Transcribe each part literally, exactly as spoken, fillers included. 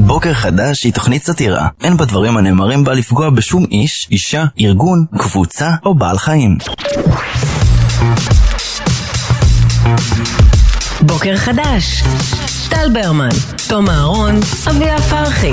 בוקר חדש היא תוכנית סאטירה. אין בדברים הנאמרים בה לפגוע בשום איש, אישה, ארגון, קבוצה או בעל חיים. בוקר חדש. טל ברמן, תום אהרון, אביה פרחי.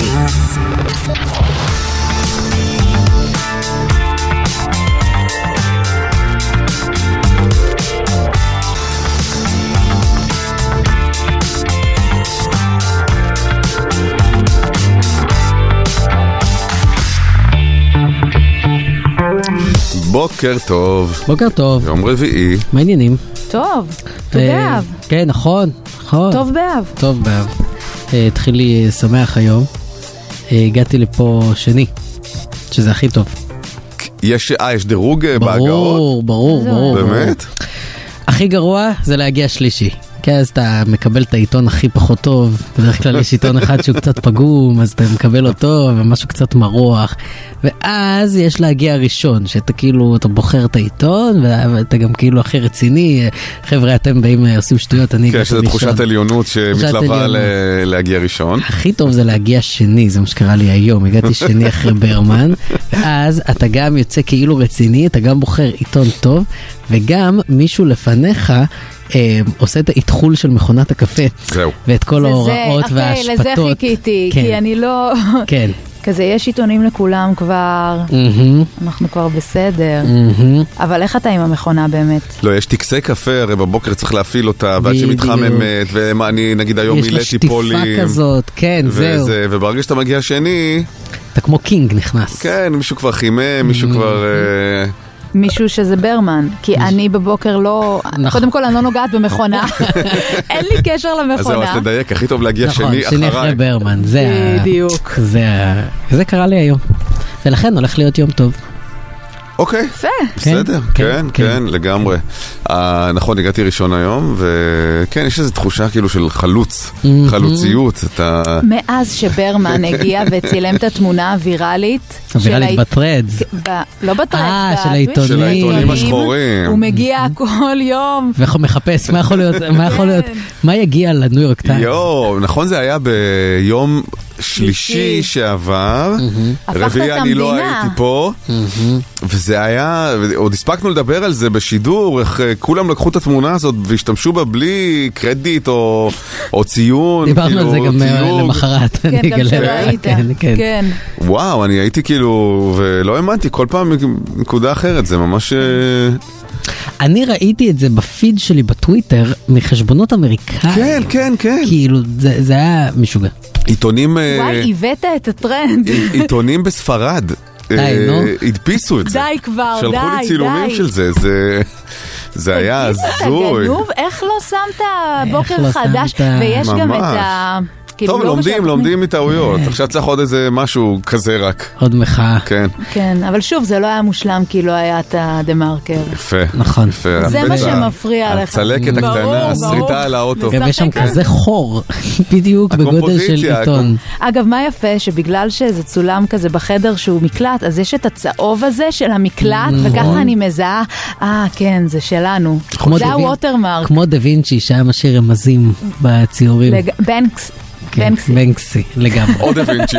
בוקר טוב. בוקר טוב. יום רביעי. מה העניינים? טוב, טוב באב. כן, נכון, נכון. טוב באב. טוב באב. התחיל לי שמח היום. הגעתי לפה שני, שזה הכי טוב. יש, אה, יש דירוג בהגעות? ברור, ברור, ברור. באמת? הכי גרוע זה להגיע שלישי. כן, אז אתה מקבל את העיתון הכי פחות טוב, בדרך כלל יש עיתון אחד שהוא קצת פגום, אז אתה מקבל אותו ומשהו קצת מרוח, ואז יש להגיע ראשון, שאתה כאילו, אתה בוחר את העיתון, ואתה גם כאילו הכי רציני, חבר'ה אתם באים עושים שטויות, אני כן, שזו תחושת עליונות שמתלווה להגיע ראשון. הכי טוב זה להגיע שני, זה מה שקרה לי היום, הגעתי שני אחרי ברמן, ואז אתה גם יוצא כאילו רציני, אתה גם בוחר עיתון טוב, וגם מישהו לפניך, עושה את ההתחול של מכונת הקפה. זהו. ואת כל ההוראות והשפטות. לזה חיכיתי, כי אני לא... כן. כזה, יש עיתונים לכולם כבר, אנחנו כבר בסדר. אבל איך אתה עם המכונה באמת? לא, יש טקסי קפה, הרי בבוקר צריך להפעיל אותה, ועד שמתחממת, ואני נגיד היום מילאתי פולי. יש לו שטיפה כזאת, כן, זהו. וברגע שאתה מגיע שני... אתה כמו קינג נכנס. כן, מישהו כבר חימם, מישהו כבר... מישהו שזה ברמן, כי אני בבוקר לא... קודם כל אני לא נוגעת במכונה. אין לי קשר למכונה. אז זהו, אז תדייק, הכי טוב להגיע שני אחריי. נכון, שני אחרי ברמן. בדיוק. זה קרה לי היום. ולכן הולך להיות יום טוב. אוקיי, בסדר, כן, כן, לגמרי. נכון, הגעתי ראשון היום, וכן, יש איזו תחושה כאילו של חלוץ, חלוציות. מאז שברמן הגיע וצילם את התמונה הווירלית, הווירלית בטרדס. לא בטרדס, של העיתונים. של העיתונים השחורים. הוא מגיע כל יום. ומחפש, מה יכול להיות, מה יכול להיות, מה יגיע לניו יורק טיימס? יואו, נכון, זה היה ביום... שלישי שעבר, רביעי אני לא הייתי פה, וזה היה, עוד הספקנו לדבר על זה בשידור, איך כולם לקחו את התמונה הזאת והשתמשו בה בלי קרדיט או ציון. דיברנו על זה גם למחרת. כן, גם שלא היית. כן. וואו, אני הייתי כאילו, ולא האמנתי, כל פעם נקודה אחרת, זה ממש... אני ראיתי את זה בפיד שלי בטוויטר מחשבונות אמריקאים. כן, כן, כן. כאילו, זה היה משוגע. עיתונים... וואי, הבאת את הטרנד. עיתונים בספרד. די, נו. הדפיסו את זה. די כבר, די, די. שלחו לי צילומים של זה, זה היה הזוי. גנוב, איך לא שמת בוקר חדש? ויש גם את ה... טוב, לומדים, לומדים מטעויות. עכשיו צריך עוד איזה משהו כזה רק. עוד מחאה. כן. כן, אבל שוב, זה לא היה מושלם כי לא היה את הדה-מרקר. יפה. נכון. זה מה שמפריע לך. הצלקת הקטנה, הסריטה על האוטו. גם יש שם כזה חור, בדיוק בגודל של עיתון. אגב, מה יפה? שבגלל שזה צולם כזה בחדר שהוא מקלט, אז יש את הצהוב הזה של המקלט, וככה אני מזהה, אה, כן, זה שלנו. זה הווטרמרק. כמו דה וינצ'י, שהיה משאיר רמזים בציורים. בנקס. בנקסי. בנקסי, לגמרי. עוד דה וינצ'י.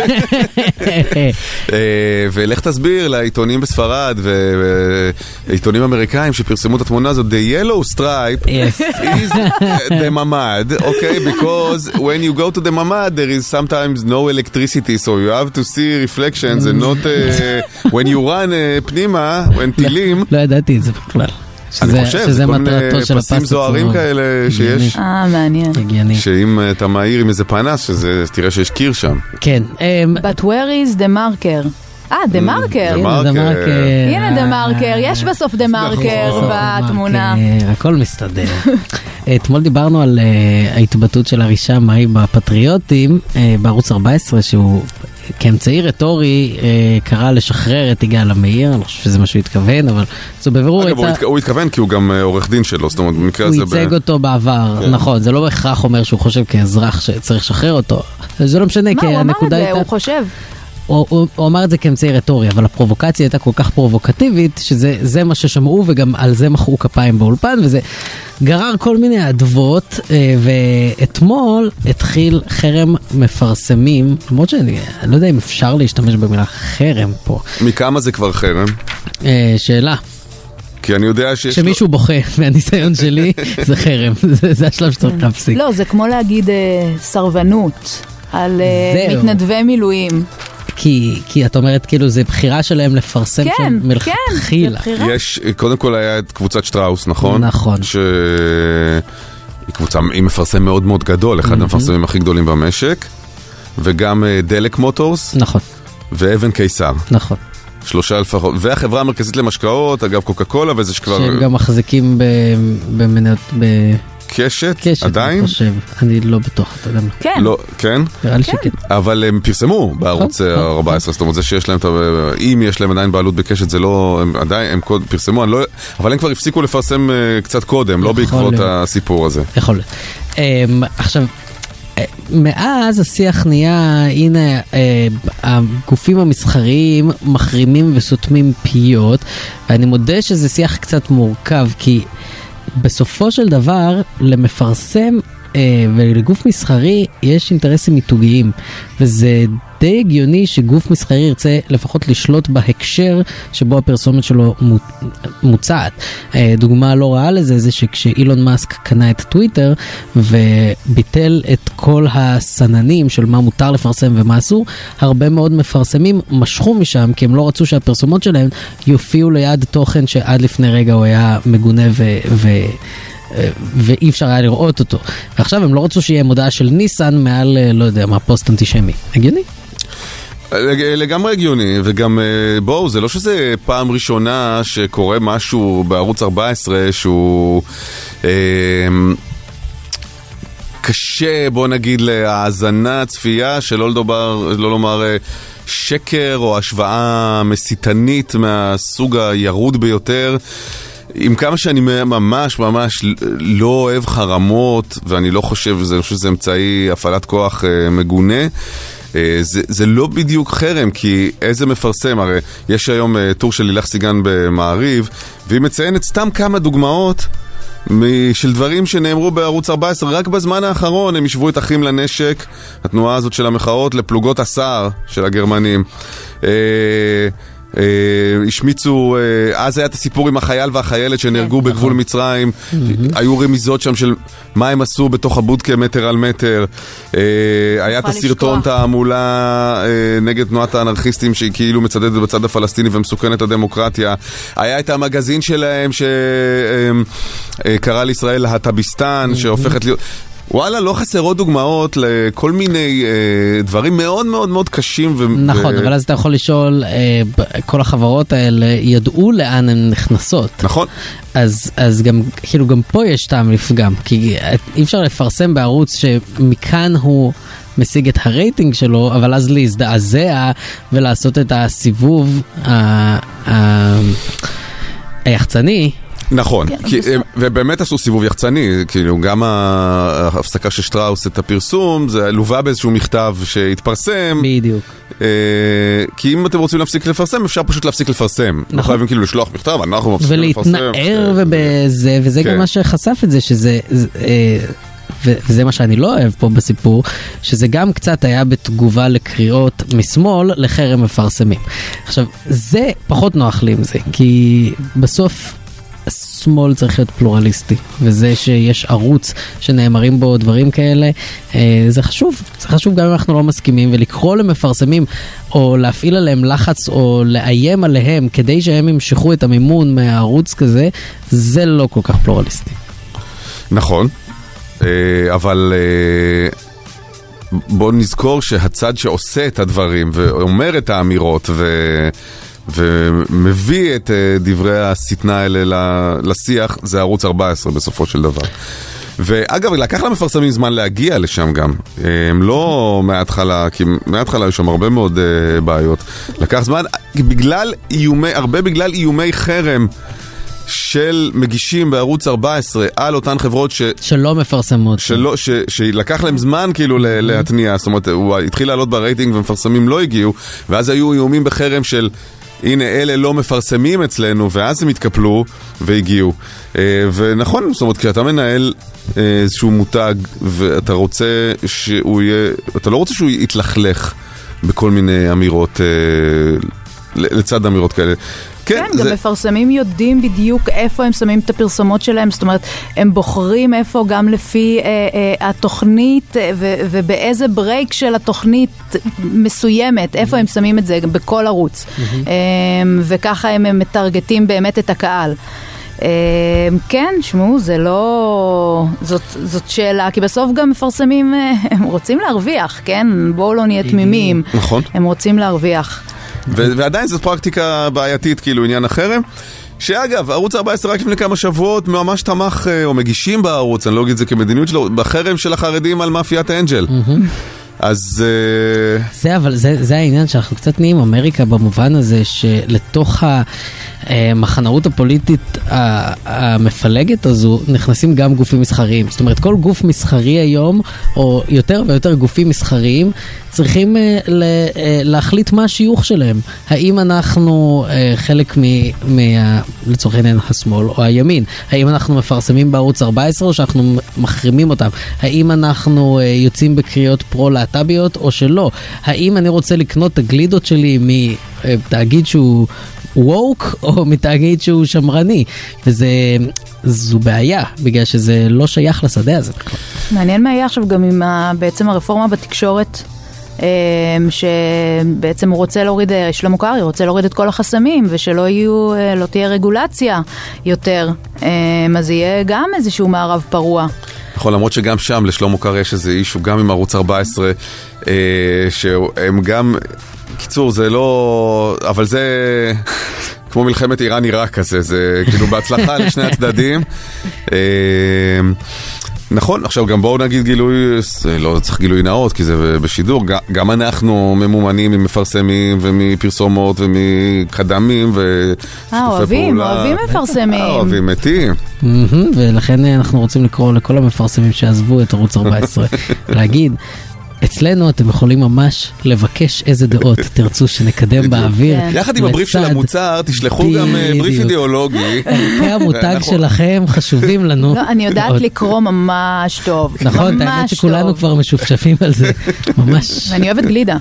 ולך תסביר לעיתונים בספרד ועיתונים אמריקאים שפרסמו את התמונה הזאת, the yellow stripe is the mamad, okay, because when you go to the mamad there is sometimes no electricity, so you have to see reflections and not when you run פנימה, when טילים. לא ידעתי את זה בכלל. אני חושב, זה כל מיני פסים זוהרים כאלה שיש. אה, מעניין. שאם אתה מהיר עם איזה פנס, תראה שיש קיר שם. כן. But where is the marker? אה, דה מרקר. הנה דה מרקר, יש בסוף דה מרקר בתמונה. הכל מסתדר. אתמול דיברנו על ההתבטאות של ארישה מאי בפטריוטים, בערוץ ארבע עשרה, שהוא כאמצעי רטורי קרא לשחרר את יגאל עמיר, אני חושב שזה מה שהוא התכוון, אבל זו בבירור הייתה... אגב, הוא התכוון כי הוא גם עורך דין שלו, זאת אומרת, במקרה הזה... הוא ייצג אותו בעבר, נכון, זה לא בהכרח אומר שהוא חושב כאזרח שצריך לשחרר אותו, זה לא משנה, כי הנקודה הייתה... מה, הוא אמר את זה, הוא חושב... הוא, הוא, הוא אמר את זה כאמצעי רטורי, אבל הפרובוקציה הייתה כל כך פרובוקטיבית, שזה זה מה ששמעו, וגם על זה מחאו כפיים באולפן, וזה גרר כל מיני אדוות, ואתמול התחיל חרם מפרסמים, למרות שאני לא יודע אם אפשר להשתמש במילה חרם פה. מכמה זה כבר חרם? שאלה. כי אני יודע שיש... שמישהו בוכה מהניסיון שלי, זה חרם, זה השלב שצריך להפסיק. לא, זה כמו להגיד סרבנות על מתנדבי מילואים. כי, כי את אומרת, כאילו, זה בחירה שלהם לפרסם כן, שם מלכתחילה. כן, זה בחירה. יש, קודם כל היה את קבוצת שטראוס, נכון? נכון. שהיא קבוצה, היא מפרסם מאוד מאוד גדול, אחד mm-hmm. המפרסמים הכי גדולים במשק, וגם דלק מוטורס. נכון. ואבן קיסר. נכון. שלושה לפחות. והחברה המרכזית למשקאות, אגב קוקה קולה, וזה שכבר... שהם גם מחזיקים במניות... ב... קשת? קשת, עדיין? אני חושב. אני לא בטוח, אתה יודע מה. כן. לא, כן? נראה לי שכן. אבל הם פרסמו בערוץ ארבע עשרה, זאת אומרת, זה שיש להם, אם יש להם עדיין בעלות בקשת, זה לא, הם עדיין, הם פרסמו, לא, אבל הם כבר הפסיקו לפרסם קצת קודם, לא בעקבות הסיפור הזה. יכול להיות. עכשיו, מאז השיח נהיה, הנה, הגופים המסחריים מחרימים וסותמים פיות, ואני מודה שזה שיח קצת מורכב, כי בסופו של דבר, למפרסם אה, ולגוף מסחרי יש אינטרסים מיתוגיים, וזה די הגיוני שגוף מסחרי ירצה לפחות לשלוט בהקשר שבו הפרסומת שלו מוצעת. אה, דוגמה לא רעה לזה זה שכשאילון מאסק קנה את טוויטר וביטל את כל הסננים של מה מותר לפרסם ומה אסור, הרבה מאוד מפרסמים משכו משם כי הם לא רצו שהפרסומות שלהם יופיעו ליד תוכן שעד לפני רגע הוא היה מגונה ו... ו ואי אפשר היה לראות אותו. ועכשיו הם לא רצו שיהיה מודעה של ניסן מעל, לא יודע מה, פוסט אנטישמי. הגיוני? לגמרי הגיוני, וגם בואו, זה לא שזה פעם ראשונה שקורה משהו בערוץ ארבע עשרה שהוא אה, קשה, בוא נגיד, להאזנה, צפייה, שלא לדבר, לא לומר שקר או השוואה מסיתנית מהסוג הירוד ביותר. עם כמה שאני ממש ממש לא אוהב חרמות, ואני לא חושב, אני חושב שזה אמצעי הפעלת כוח מגונה, זה, זה לא בדיוק חרם, כי איזה מפרסם, הרי יש היום טור של לילך סיגן במעריב, והיא מציינת סתם כמה דוגמאות של דברים שנאמרו בערוץ ארבע עשרה, רק בזמן האחרון הם ישבו את אחים לנשק, התנועה הזאת של המחאות, לפלוגות הסער של הגרמנים. השמיצו, אז היה את הסיפור עם החייל והחיילת שנהרגו בגבול מצרים, היו רמיזות שם של מה הם עשו בתוך הבודקה מטר על מטר, היה את הסרטון תעמולה נגד תנועת האנרכיסטים שהיא כאילו מצדדת בצד הפלסטיני ומסוכנת הדמוקרטיה, היה את המגזין שלהם שקרא לישראל הטביסטן שהופכת להיות... וואלה, לא חסרות דוגמאות לכל מיני אה, דברים מאוד מאוד מאוד קשים. ו- נכון, ו- אבל אז אתה יכול לשאול, אה, כל החברות האלה ידעו לאן הן נכנסות. נכון. אז, אז גם, כאילו, גם פה יש טעם לפגם, כי אי אפשר לפרסם בערוץ שמכאן הוא משיג את הרייטינג שלו, אבל אז להזדעזע ולעשות את הסיבוב ה- ה- היחצני, נכון, כי, ובאמת עשו סיבוב יחצני, כאילו גם ההפסקה של שטראוס את הפרסום, זה לובה באיזשהו מכתב שהתפרסם. בדיוק. כי אם אתם רוצים להפסיק לפרסם, אפשר פשוט להפסיק לפרסם. לא חייבים כאילו לשלוח מכתב, אנחנו מפסיקים לפרסם. ולהתנער ובזה, וזה גם מה שחשף את זה, שזה... וזה מה שאני לא אוהב פה בסיפור, שזה גם קצת היה בתגובה לקריאות משמאל לחרם מפרסמים. עכשיו, זה פחות נוח לי עם זה, כי בסוף שמאל צריך להיות פלורליסטי, וזה שיש ערוץ שנאמרים בו דברים כאלה, זה חשוב. זה חשוב גם אם אנחנו לא מסכימים, ולקרוא למפרסמים או להפעיל עליהם לחץ או לאיים עליהם כדי שהם ימשכו את המימון מהערוץ כזה, זה לא כל כך פלורליסטי. נכון, אבל בוא נזכור שהצד שעושה את הדברים ואומר את האמירות ו... ומביא את דברי הסתנה האלה לשיח, זה ערוץ ארבע עשרה בסופו של דבר. ואגב, לקח למפרסמים זמן להגיע לשם גם. הם לא מההתחלה, כי מההתחלה יש שם הרבה מאוד בעיות. לקח זמן, בגלל איומי, הרבה בגלל איומי חרם של מגישים בערוץ ארבע עשרה על אותן חברות ש... שלא מפרסמות. שלא, ש... שלקח להם זמן כאילו להתניע, זאת אומרת, הוא התחיל לעלות ברייטינג ומפרסמים לא הגיעו, ואז היו איומים בחרם של הנה אלה לא מפרסמים אצלנו, ואז הם התקפלו והגיעו. ונכון, זאת אומרת, כי אתה מנהל איזשהו מותג, ואתה רוצה שהוא יהיה, אתה לא רוצה שהוא יתלכלך בכל מיני אמירות, לצד אמירות כאלה. כן, כן, גם זה... מפרסמים יודעים בדיוק איפה הם שמים את הפרסומות שלהם, זאת אומרת, הם בוחרים איפה גם לפי אה, אה, התוכנית ו- ובאיזה ברייק של התוכנית מסוימת, איפה הם שמים את זה בכל ערוץ. אה, וככה הם, הם מטרגטים באמת את הקהל. אה, כן, שמו, זה לא... זאת, זאת שאלה, כי בסוף גם מפרסמים, הם רוצים להרוויח, כן? בואו לא נהיה תמימים. נכון. הם רוצים להרוויח. ועדיין זאת פרקטיקה בעייתית, כאילו עניין החרם, שאגב, ערוץ ארבע עשרה רק לפני כמה שבועות ממש תמך, או מגישים בערוץ, אני לא אגיד את זה כמדיניות שלו, בחרם של החרדים על מאפיית האנג'ל. אז... זה אבל, זה, זה העניין שאנחנו קצת נהיים אמריקה במובן הזה, שלתוך המחנאות הפוליטית המפלגת הזו, נכנסים גם גופים מסחריים. זאת אומרת, כל גוף מסחרי היום, או יותר ויותר גופים מסחריים, צריכים להחליט מה השיוך שלהם. האם אנחנו חלק מ... לצורך העניין השמאל או הימין? האם אנחנו מפרסמים בערוץ ארבע עשרה או שאנחנו מחרימים אותם? האם אנחנו יוצאים בקריאות פרו-להט"ביות או שלא? האם אני רוצה לקנות את הגלידות שלי מתאגיד שהוא ווק או מתאגיד שהוא שמרני? וזה... זו בעיה, בגלל שזה לא שייך לשדה הזה. מעניין מה היה עכשיו גם עם בעצם הרפורמה בתקשורת, שבעצם הוא רוצה להוריד, שלמה קרעי רוצה להוריד את כל החסמים ושלא יהיו, לא תהיה רגולציה יותר, אז יהיה גם איזשהו מערב פרוע. נכון, למרות שגם שם לשלמה קרעי יש איזה אישו, גם עם ערוץ ארבע עשרה, שהם גם, קיצור זה לא, אבל זה כמו מלחמת איראן עיראק כזה, זה כאילו בהצלחה לשני הצדדים. נכון, עכשיו גם בואו נגיד גילוי, לא צריך גילוי נאות כי זה בשידור, גם אנחנו ממומנים ממפרסמים ומפרסומות ומקדמים ושיתופי אוהבים, פעולה. אוהבים מפרסמים. אוהבים מתים. ולכן אנחנו רוצים לקרוא לכל המפרסמים שעזבו את ערוץ ארבע עשרה, להגיד, אצלנו אתם יכולים ממש לבקש איזה דעות תרצו שנקדם באוויר. יחד עם הבריף של המוצר, תשלחו גם בריף אידיאולוגי. ערכי המותג שלכם חשובים לנו. לא, אני יודעת לקרוא ממש טוב. נכון, האמת שכולנו כבר משופשפים על זה. ממש. אני אוהבת גלידה.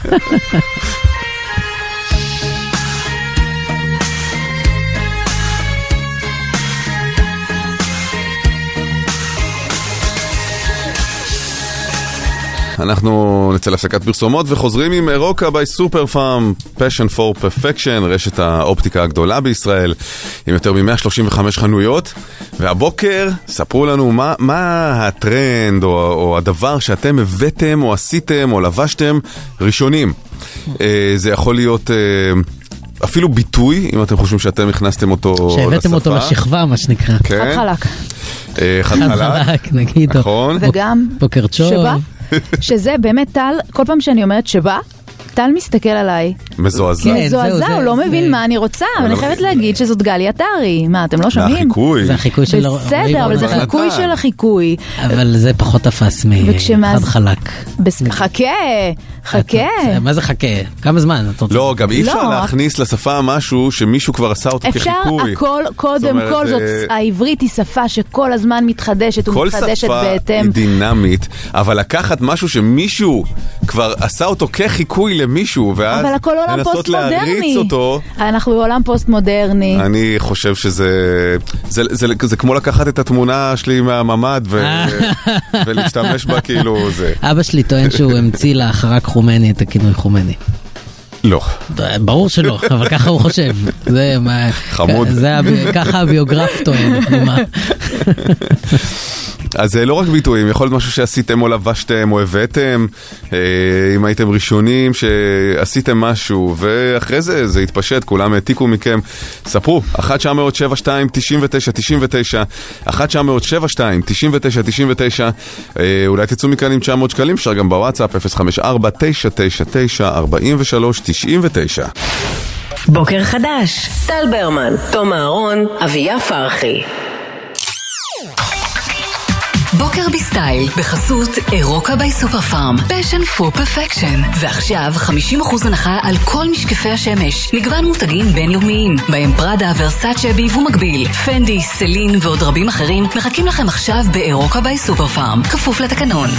אנחנו נצא להפסקת פרסומות וחוזרים עם רוקה by Super Farm, Passion for Perfection, רשת האופטיקה הגדולה בישראל, עם יותר מ-מאה שלושים וחמש חנויות. והבוקר ספרו לנו מה, מה הטרנד או, או הדבר שאתם הבאתם או עשיתם או לבשתם ראשונים. זה יכול להיות אפילו ביטוי, אם אתם חושבים שאתם הכנסתם אותו לשפה. שהבאתם אותו לשכבה, מה שנקרא. כן. חד חלק. חד חלק, נגיד. נכון. וגם בוקר טוב. שבא, שזה באמת טל, כל פעם שאני אומרת שבא, טל מסתכל עליי. מזועזע. מזועזע, הוא לא מבין מה אני רוצה, אבל אני חייבת להגיד שזאת גלי עטרי. מה, אתם לא שומעים? זה החיקוי. זה החיקוי של... בסדר, אבל זה חיקוי של החיקוי. אבל זה פחות תפס מחד חלק. חכה, חכה. מה זה חכה? כמה זמן? לא, גם אי אפשר להכניס לשפה משהו שמישהו כבר עשה אותו כחיקוי. אפשר הכל, קודם כל זאת, העברית היא שפה שכל הזמן מתחדשת ומתחדשת בהתאם. כל שפה היא דינמית, אבל לקחת משהו שמישהו כבר עשה אותו כחיקוי למישהו, ואז לנסות להריץ אותו. אנחנו בעולם פוסט מודרני. אני חושב שזה זה, זה, זה, זה כמו לקחת את התמונה שלי מהממד ו, ולהשתמש בה כאילו זה. אבא שלי טוען שהוא המציא לאחרק חומני את הכינוי חומני. לא. ברור שלא, אבל ככה הוא חושב. זה מה... חמוד. זה ככה הביוגרף טוען. אז לא רק ביטויים, יכול להיות משהו שעשיתם או לבשתם או הבאתם, אם הייתם ראשונים שעשיתם משהו, ואחרי זה זה התפשט, כולם העתיקו מכם. ספרו, אחת תשע אפס שבע שתיים תשעים ותשע תשעים ותשע, אחת תשע אפס שבע שתיים תשעים ותשע תשעים ותשע, אולי תצאו מכאן עם תשע מאות שקלים, אפשר גם בוואטסאפ אפס חמש ארבע תשע תשע תשע ארבע שלוש תשעים ותשע. בוקר חדש, טל ברמן, תום אהרון, אביה פרחי. בוקר בסטייל, בחסות אירוקה ביי סופר פארם, פשן פור פרפקשן. ועכשיו חמישים אחוז הנחה על כל משקפי השמש, מגוון מותגים בינלאומיים, בהם פראדה, ורסאצ'ה ביבוא מקביל, פנדי, סלין ועוד רבים אחרים, מחכים לכם עכשיו באירוקה ביי סופר פארם, כפוף לתקנון.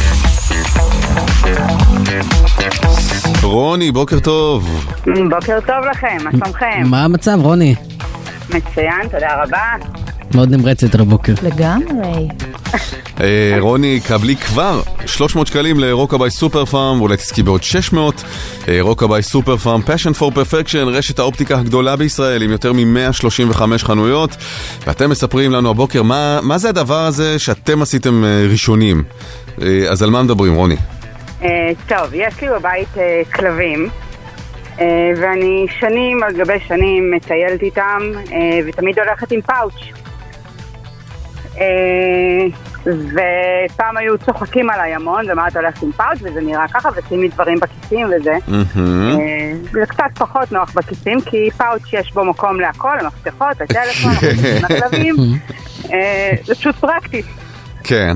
רוני, בוקר טוב. בוקר טוב לכם, מה שלומכם? מה המצב, רוני? מצוין, תודה רבה. מאוד נמרצת על הבוקר. לגמרי. אה, רוני, קבלי כבר שלוש מאות שקלים לאירוקה ביי סופר פארם, אולי תסכי בעוד שש מאות. אירוקה ביי סופר פארם, Passion for Perfection, רשת האופטיקה הגדולה בישראל עם יותר מ-מאה שלושים וחמש חנויות. ואתם מספרים לנו הבוקר מה, מה זה הדבר הזה שאתם עשיתם אה, ראשונים. אה, אז על מה מדברים, רוני? אה, טוב, יש לי בבית אה, כלבים, אה, ואני שנים על גבי שנים מטיילת איתם, אה, ותמיד הולכת עם פאוץ'. אה, ופעם היו צוחקים עליי המון, ומה את הולכת עם פאוץ', וזה נראה ככה, ושימי דברים בכיסים וזה. אה, זה קצת פחות נוח בכיסים, כי פאוץ' יש בו מקום להכל, המפתחות, הטלפון, המפתחים הכלבים. אה, זה פשוט פרקטי. כן.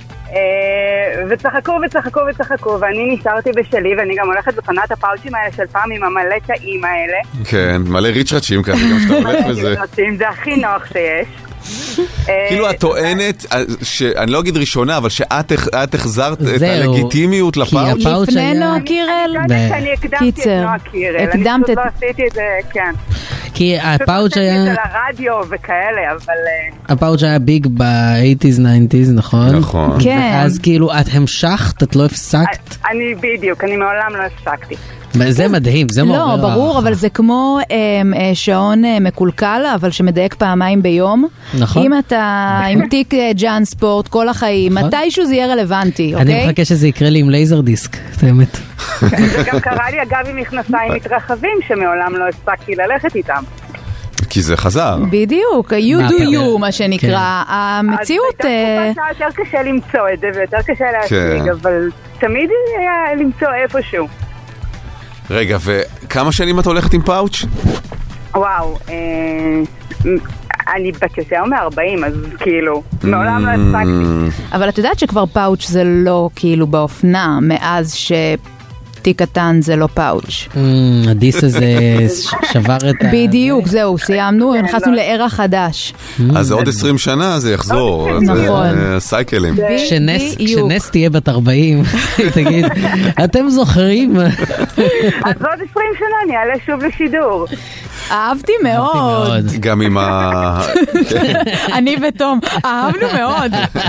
וצחקו וצחקו וצחקו, ואני נשארתי בשלי, ואני גם הולכת בפנת הפאוצ'ים האלה של פעם עם המלא תאים האלה. כן, מלא ריצ'רצ'ים כזה, גם שאתה הולך בזה. זה הכי נוח שיש. כאילו את טוענת, אני לא אגיד ראשונה, אבל שאת החזרת את הלגיטימיות לפאוץ'? לפני נועה קירל? אני הקדמתי את נועה קירל, אני פשוט לא עשיתי את זה, כן. כי הפאוץ' היה... פשוט עשיתי את זה לרדיו וכאלה, אבל... הפאוץ' היה ביג ב-שמונים, תשעים, נכון? נכון. כן. ואז כאילו את המשכת, את לא הפסקת? אני בדיוק, אני מעולם לא הפסקתי. זה מדהים, זה מעורר. לא, ברור, אבל זה כמו שעון מקולקל, אבל שמדייק פעמיים ביום. נכון. אם אתה עם תיק ג'אן ספורט כל החיים, מתישהו זה יהיה רלוונטי, אוקיי? אני מחכה שזה יקרה לי עם לייזר דיסק, את האמת. זה גם קרה לי אגב עם מכנסיים מתרחבים, שמעולם לא הספקתי ללכת איתם. כי זה חזר. בדיוק, you do you, מה שנקרא. המציאות... אז הייתה תקופה יותר קשה למצוא את זה, ויותר קשה להשיג, אבל תמיד היה למצוא איפשהו. רגע, וכמה שנים את הולכת עם פאוץ'? וואו, אני בת יותר מ-ארבעים, אז כאילו, מעולם לא הספקתי. אבל את יודעת שכבר פאוץ' זה לא כאילו באופנה, מאז ש... תיק קטן זה לא פאוץ'. הדיס הזה שבר את ה... בדיוק, זהו, סיימנו, נכנסנו לערה חדש. אז עוד עשרים שנה זה יחזור. נכון. סייקלים. כשנס תהיה בת ארבעים, תגיד, אתם זוכרים? אז עוד עשרים שנה אני אעלה שוב לשידור. אהבתי מאוד. גם עם ה... אני ותום, אהבנו מאוד.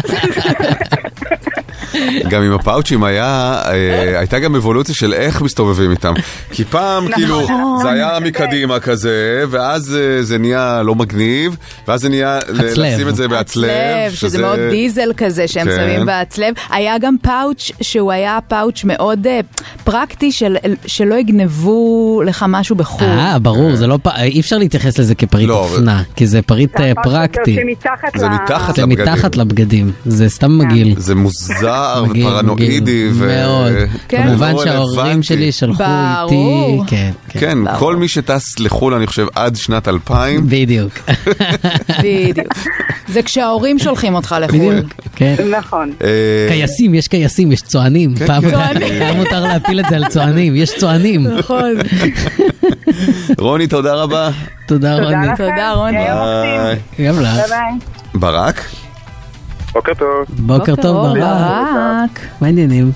גם עם הפאוצ'ים היה, הייתה גם אבולוציה של איך מסתובבים איתם. כי פעם כאילו זה היה מקדימה כזה, ואז זה נהיה לא מגניב, ואז זה נהיה לשים את זה בהצלב. שזה מאוד דיזל כזה שהם שמים בהצלב. היה גם פאוצ' שהוא היה פאוצ' מאוד פרקטי שלא יגנבו לך משהו בחור. אה, ברור, אי אפשר להתייחס לזה כפריט אופנה, כי זה פריט פרקטי. זה מתחת לבגדים. זה סתם מגעיל. זה מוזר. ופרנואידי מאוד. כמובן שההורים שלי שלחו איתי. כן, כל מי שטס לחול אני חושב עד שנת אלפיים. בדיוק. בדיוק. זה כשההורים שולחים אותך לחול. נכון. קייסים, יש קייסים, יש צוענים. פעם מותר להפיל את זה על צוענים, יש צוענים. נכון. רוני, תודה רבה. תודה רוני. תודה רוני. גם לך. ברק? בוקר טוב. בוקר טוב, ברק. מה העניינים?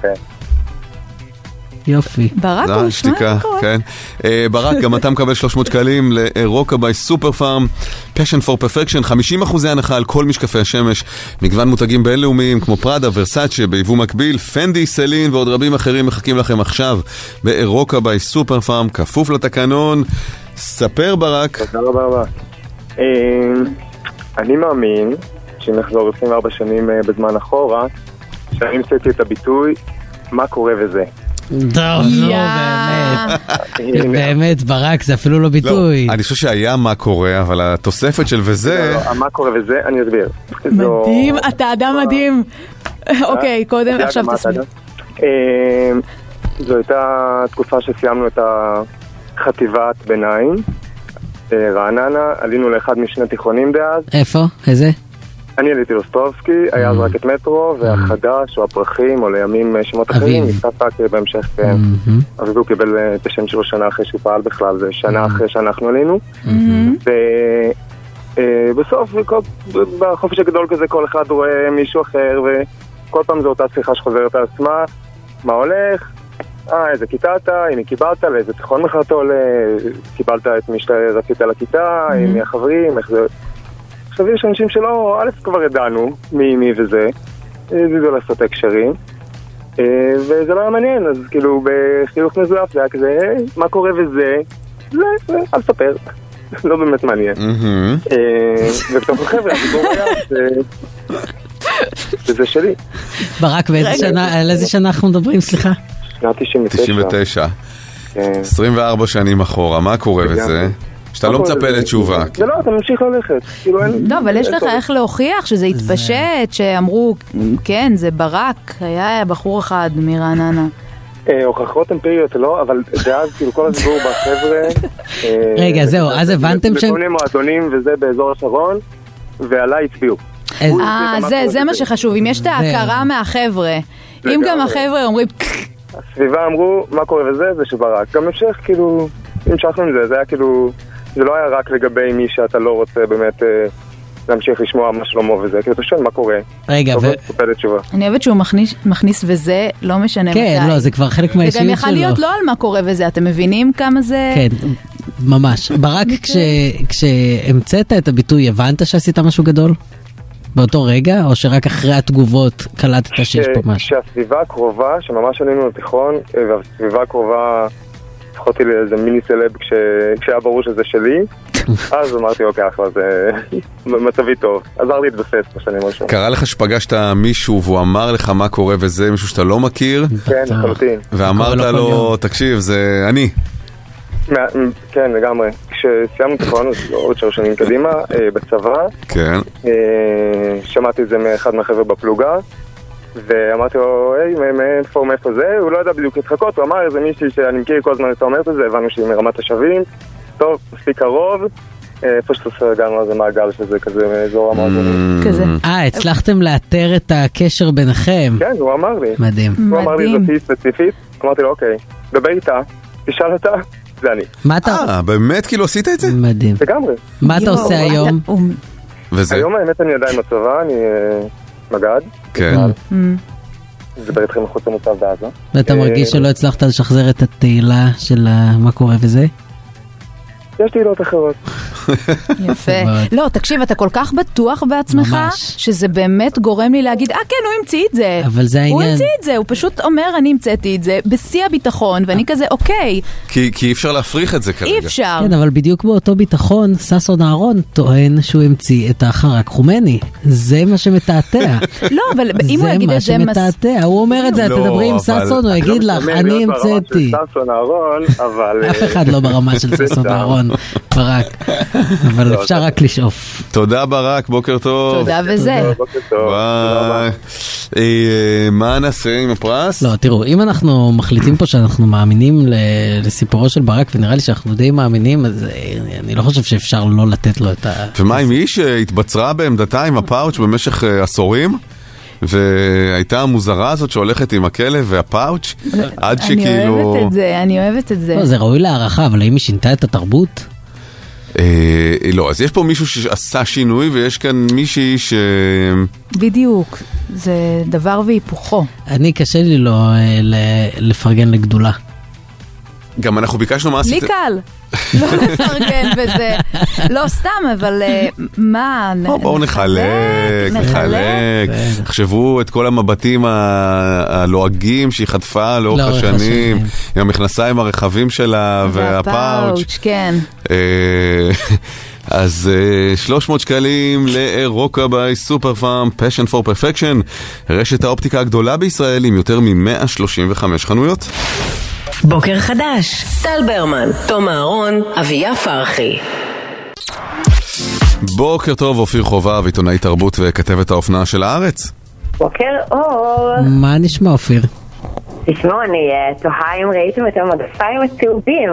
יופי. ברק הוא שתיקה, כן. ברק, גם אתה מקבל שלוש מאות שקלים לאירוקה ביי סופר פארם, Passion for Perfection, חמישים אחוז הנחה על כל משקפי השמש, מגוון מותגים בינלאומיים כמו פראדה, ורסאצ'ה, ביבוא מקביל, פנדי, סלין ועוד רבים אחרים מחכים לכם עכשיו באירוקה ביי סופר פארם, כפוף לתקנון. ספר ברק. תודה רבה רבה. אני מאמין שאם נחזור עשרים וארבע שנים בזמן אחורה, שאני המצאתי את הביטוי, מה קורה וזה. טוב, לא, באמת. באמת, ברק, זה אפילו לא ביטוי. אני חושב שהיה מה קורה, אבל התוספת של וזה... מה קורה וזה, אני אסביר. מדהים, אתה אדם מדהים. אוקיי, קודם, עכשיו תסביר. זו הייתה תקופה שסיימנו את החטיבת ביניים. רעננה, עלינו לאחד משני תיכונים דאז. איפה? איזה? אני עליתי לאוסטרובסקי, היה אז רק את מטרו, והחדש, או הפרחים, או לימים שמות אחרים, נפתח רק בהמשך, אז הוא קיבל את השם שלו שנה אחרי שהוא פעל בכלל, זה שנה אחרי שאנחנו עלינו. ובסוף, בחופש הגדול כזה, כל אחד רואה מישהו אחר, וכל פעם זו אותה שיחה שחוזרת על עצמה, מה הולך? אה, איזה כיתה אתה, אם היא קיבלת, לאיזה תיכון מחר אתה עולה, קיבלת את מי שרצית לכיתה, עם מי החברים, איך זה... עכשיו יש אנשים שלא, א' כבר ידענו מי מי וזה, זיזו לעשות הקשרים, וזה לא היה מעניין, אז כאילו בחיוך מזויף זה היה כזה, היי, מה קורה וזה? זה, זה, אל תספר, לא באמת מעניין. ובתוך החבר'ה, הסיפור היה שזה שלי. ברק, על איזה שנה אנחנו מדברים, סליחה? שנת תשעים ותשע. תשעים ותשע. עשרים וארבע שנים אחורה, מה קורה וזה? שאתה לא מצפה לתשובה. זה לא, אתה ממשיך ללכת. לא, אבל יש לך איך להוכיח שזה התפשט, שאמרו, כן, זה ברק, היה בחור אחד מרעננה. הוכחות אמפיריות לא, אבל זה אז כאילו כל הסיפור בחבר'ה. רגע, זהו, אז הבנתם שהם... בכל מיני מועדונים וזה באזור השרון, ועליי הצביעו. אה, זה מה שחשוב, אם יש את ההכרה מהחבר'ה, אם גם החבר'ה אומרים... הסביבה אמרו, מה קורה וזה, זה שברק. גם המשך, כאילו, המשכנו עם זה, זה היה כאילו... זה לא היה רק לגבי מי שאתה לא רוצה באמת אה, להמשיך לשמוע מה שלמה וזה, כי אתה שואל מה קורה. רגע, ו... אני אוהבת שהוא מכניס, מכניס וזה, לא משנה מתי. כן, לא, זה כבר חלק מהאישיות שלו. זה גם יכול להיות לא על מה קורה וזה, אתם מבינים כמה זה... כן, ממש. ברק, כש... כשהמצאת את הביטוי, הבנת שעשית משהו גדול? באותו רגע, או שרק אחרי התגובות קלטת שיש פה משהו? כשהסביבה הקרובה, שממש עלינו לתיכון, והסביבה הקרובה... הפכותי לאיזה מיני סלב כשהיה ברור שזה שלי, אז אמרתי, אוקיי, אחלה, זה מצבי טוב. עזר לי להתבסס בשנים ראשון. קרה לך שפגשת מישהו והוא אמר לך מה קורה וזה, מישהו שאתה לא מכיר? כן, לחלוטין. ואמרת לו, תקשיב, זה אני. כן, לגמרי. כשסיימנו תיכון, עוד שלוש שנים קדימה, בצבא, שמעתי את זה מאחד מהחבר'ה בפלוגה, ואמרתי לו, היי, מאיפה, מאיפה זה? הוא לא ידע בדיוק להתחקות, הוא אמר, איזה מישהי שאני מכיר כל הזמן אתה אומרת את זה, הבנו שהיא מרמת השווים, טוב, מספיק קרוב, איפה שאתה עושה גם על זה מעגל שזה כזה מאזור המועדונים. כזה. אה, הצלחתם לאתר את הקשר ביניכם. כן, הוא אמר לי. מדהים. הוא אמר לי, זאתי ספציפית, אמרתי לו, אוקיי, דבר איתה, תשאל אותה, זה אני. מה אתה... אה, באמת כאילו עשית את זה? מדהים. לגמרי. מה אתה עושה היום? וזה? היום האמת אני עדיין בצבא, אני מג"ד. כן. מדבר איתכם מחוץ למוצב בעזה. ואתה מרגיש שלא הצלחת לשחזר את התהילה של מה קורה וזה? יש תהילות אחרות. יפה. לא, תקשיב, אתה כל כך בטוח בעצמך, שזה באמת גורם לי להגיד, אה כן, הוא המציא את זה. אבל זה העניין. הוא המציא את זה, הוא פשוט אומר, אני המצאתי את זה, בשיא הביטחון, ואני כזה, אוקיי. כי אי אפשר להפריך את זה כרגע. אי אפשר. כן, אבל בדיוק באותו ביטחון, ששון אהרון טוען שהוא המציא את החרק חומני. זה מה שמתעתע. לא, אבל אם הוא יגיד את זה... זה מה שמתעתע. הוא אומר את זה, תדברי עם ששון, הוא יגיד לך, אני המצאתי. אף אחד לא ברמה של ששון אהרון. ברק, אבל אפשר רק לשאוף. תודה ברק, בוקר טוב. תודה וזה. ביי. מה נעשה עם הפרס? לא, תראו, אם אנחנו מחליטים פה שאנחנו מאמינים לסיפורו של ברק, ונראה לי שאנחנו די מאמינים, אז אני לא חושב שאפשר לא לתת לו את ה... ומה עם מי שהתבצרה בעמדתה עם הפאוץ' במשך עשורים? והייתה המוזרה הזאת שהולכת עם הכלב והפאוץ' עד שכאילו... אני אוהבת את זה, אני אוהבת את זה. לא, זה ראוי להערכה, אבל האם היא שינתה את התרבות? לא, אז יש פה מישהו שעשה שינוי ויש כאן מישהי ש... בדיוק, זה דבר והיפוכו. אני קשה לי לא לפרגן לגדולה. גם אנחנו ביקשנו מה עשית... לי קל, לא לפרגן בזה. לא סתם, אבל מה... בואו נחלק, נחלק. תחשבו את כל המבטים הלועגים שהיא חטפה לאורך השנים, עם המכנסיים הרחבים שלה והפאוץ'. כן. אז שלוש מאות שקלים לאירוקה ביי סופר פארם Passion for Perfection, רשת האופטיקה הגדולה בישראל עם יותר מ-מאה שלושים וחמש חנויות. בוקר חדש, טל ברמן, תום אהרון, אביה פרחי. בוקר טוב, אופיר חובב, עיתונאי תרבות וכתבת האופנה של הארץ. בוקר אור. מה נשמע אופיר? תשמעו, אני תוהה אם ראיתם את המגפיים הצהובים.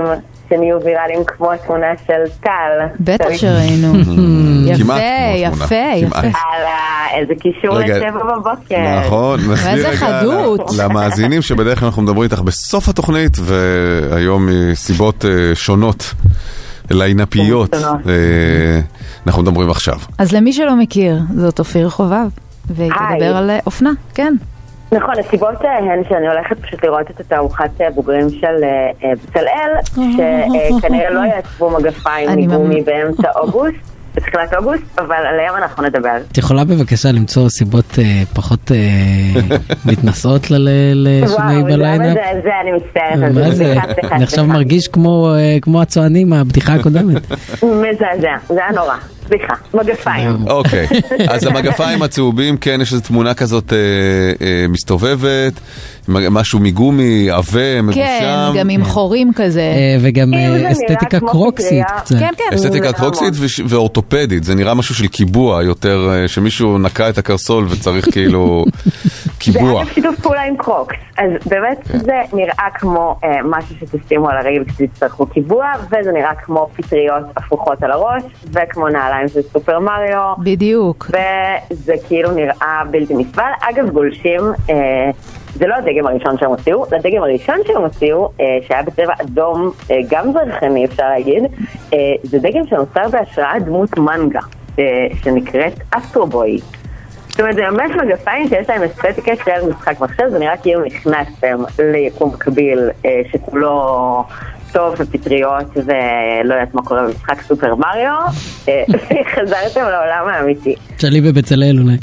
שנהיו ויראליים כמו התמונה של טל. בטח שראינו. יפה, יפה, יפה. איזה קישור לשבע בבוקר. נכון, נסביר רגע למאזינים שבדרך כלל אנחנו מדברים איתך בסוף התוכנית, והיום מסיבות שונות, ליינפיות, אנחנו מדברים עכשיו. אז למי שלא מכיר, זאת אופיר חובב, והיא תדבר על אופנה, כן. נכון, הסיבות הן שאני הולכת פשוט לראות את התערוכת בוגרים של בצלאל, שכנראה לא יעצבו מגפיים מגומי באמצע אוגוסט, בתחילת אוגוסט, אבל עליהם אנחנו נדבר. את יכולה בבקשה למצוא סיבות פחות מתנסות לשינוי בליינאפ? וואו, זה אני מצטערת. מה זה? אני עכשיו מרגיש כמו הצוענים מהבדיחה הקודמת. מזעזע, זה היה נורא. סליחה, מגפיים. אוקיי, אז המגפיים הצהובים, כן, יש איזו תמונה כזאת מסתובבת, משהו מגומי, עבה, מגושם. כן, גם עם חורים כזה. וגם אסתטיקה קרוקסית. כן, כן. אסתטיקה קרוקסית ואורתופדית, זה נראה משהו של קיבוע יותר, שמישהו נקע את הקרסול וצריך כאילו קיבוע. זה היה שיתוף פעולה עם קרוקס, אז באמת זה נראה כמו משהו שתשימו על הרגל כשתצטרכו קיבוע, וזה נראה כמו פטריות הפוכות על הראש, וכמו נעליים של סופר מריו. בדיוק. וזה כאילו נראה בלתי נסבל. אגב, גולשים, זה לא הדגם הראשון שהם הוציאו, הדגם הראשון שהם הוציאו, שהיה בצבע אדום, גם זרחני אפשר להגיד, זה דגם שנוצר בהשראת דמות מנגה, שנקראת אסטרובוי. זאת אומרת, זה ממש מגפיים שיש להם אסתטיקה של משחק מחשב, זה נראה כאילו נכנסתם ליקום מקביל שכולו טוב ופטריות ולא יודעת מה קורה במשחק סופר מריו, חזרתם לעולם האמיתי. שלי בבצלאל אולי.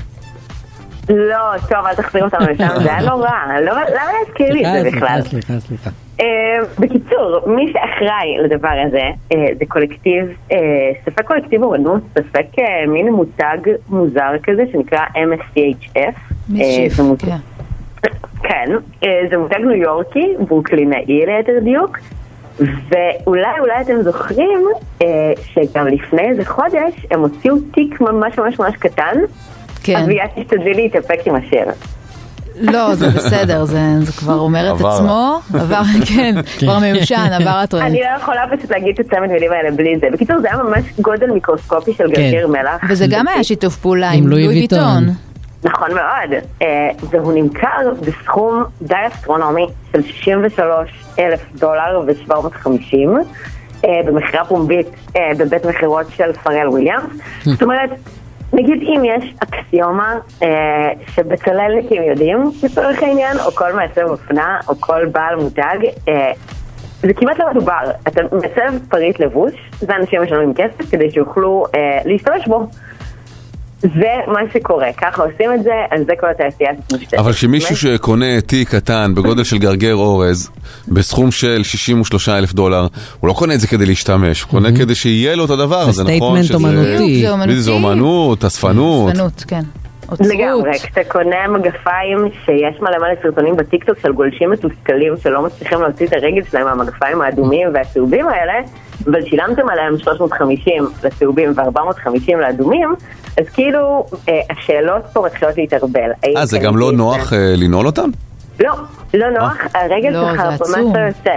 לא, טוב, אל תחזיר אותנו לשם, זה היה נורא, למה להזכיר לי את זה בכלל? סליחה, סליחה. בקיצור, מי שאחראי לדבר הזה זה קולקטיב, ספק קולקטיב אומנות, ספק מין מותג מוזר כזה שנקרא אם אס סי אייץ' אף. מישיף, כן. כן, זה מותג ניו יורקי, ברוקלינאי ליתר דיוק, ואולי אולי אתם זוכרים שגם לפני איזה חודש הם הוציאו תיק ממש ממש ממש קטן, אביית תשתדלי להתאפק עם השיר. לא, זה בסדר, זה כבר אומר את עצמו, עבר, כן, כבר מיושן, עבר הטרנד. אני לא יכולה פשוט להגיד את הצמד מילים האלה בלי זה. בקיצור, זה היה ממש גודל מיקרוסקופי של גרגר מלח. וזה גם היה שיתוף פעולה עם לואי ויטון. נכון מאוד, והוא נמכר בסכום די אסטרונומי של שישים ושלושה אלף דולר ו-שבע מאות וחמישים במחירה פומבית בבית מחירות של פרל וויליאמס. זאת אומרת, נגיד אם יש אקסיומה אה, שבצללניקים יודעים לצורך העניין, או כל מעצב אופנה, או כל בעל מותג, אה, זה כמעט לא מדובר. אתה מעצב פריט לבוש, זה אנשים משלמים כסף כדי שיוכלו אה, להשתמש בו. זה מה שקורה, ככה עושים את זה, אז זה כל התעשייה. אבל שמישהו שקונה תיק קטן בגודל של גרגר אורז, בסכום של שישים ושלושה אלף דולר, הוא לא קונה את זה כדי להשתמש, הוא קונה כדי שיהיה לו את הדבר הזה, נכון? סטייטמנט אומנותי. זה אומנות, אספנות. אספנות, כן. לגמרי, כשאתה קונה מגפיים שיש מלא מלא סרטונים בטיקטוק של גולשים מתוסכלים שלא מצליחים להוציא את הרגל שלהם מהמגפיים האדומים והצהובים האלה, אבל שילמתם עליהם שלוש מאות וחמישים לצהובים ו-ארבע מאות וחמישים לאדומים, אז כאילו השאלות פה מתחילות להתערבל. אה, זה גם לא נוח לנעול אותם? לא, לא נוח, הרגל שלך ממש לא יוצא.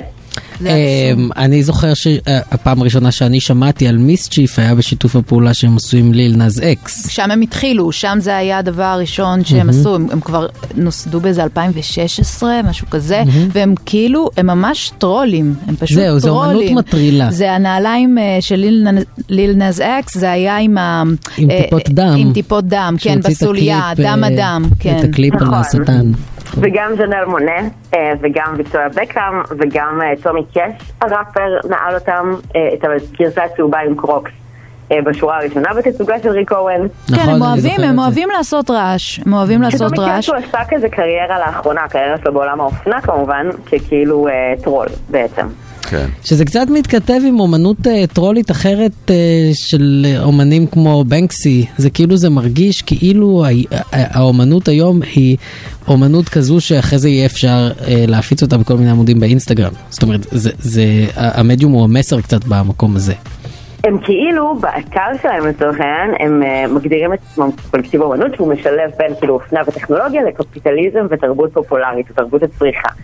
אני זוכר שהפעם הראשונה שאני שמעתי על מיסצ'יף היה בשיתוף הפעולה שהם עשו עם ליל נאז אקס. שם הם התחילו, שם זה היה הדבר הראשון שהם עשו, הם כבר נוסדו באיזה אלפיים ושש עשרה, משהו כזה, והם כאילו, הם ממש טרולים, הם פשוט טרולים. זהו, זו אומנות מטרילה. זה הנעליים של ליל נאז אקס, זה היה עם טיפות דם. עם טיפות דם, כן, בסוליה, דם אדם, כן. את הקליפ על השטן. וגם ז'נל מונה, וגם ויקטוריה בקאם, וגם טומי קש, הראפר, נעל אותם את הגרסה הצהובה עם קרוקס בשורה הראשונה בתצוגה של ריק אוון. כן, הם אוהבים, הם אוהבים לעשות רעש, הם אוהבים לעשות רעש. טומי קש הוא עשה כזה קריירה לאחרונה, הקריירה שלו בעולם האופנה כמובן, ככאילו טרול בעצם. שזה קצת מתכתב עם אומנות טרולית אחרת של אומנים כמו בנקסי, זה כאילו זה מרגיש כאילו האומנות היום היא אומנות כזו שאחרי זה יהיה אפשר להפיץ אותה בכל מיני עמודים באינסטגרם. זאת אומרת, זה, זה, המדיום הוא המסר קצת במקום הזה. הם כאילו באתר שלהם לצורך העניין, הם מגדירים את עצמם קולקטיב אומנות שהוא משלב בין כאילו אופנה וטכנולוגיה לקפיטליזם ותרבות פופולרית ותרבות הצריכה.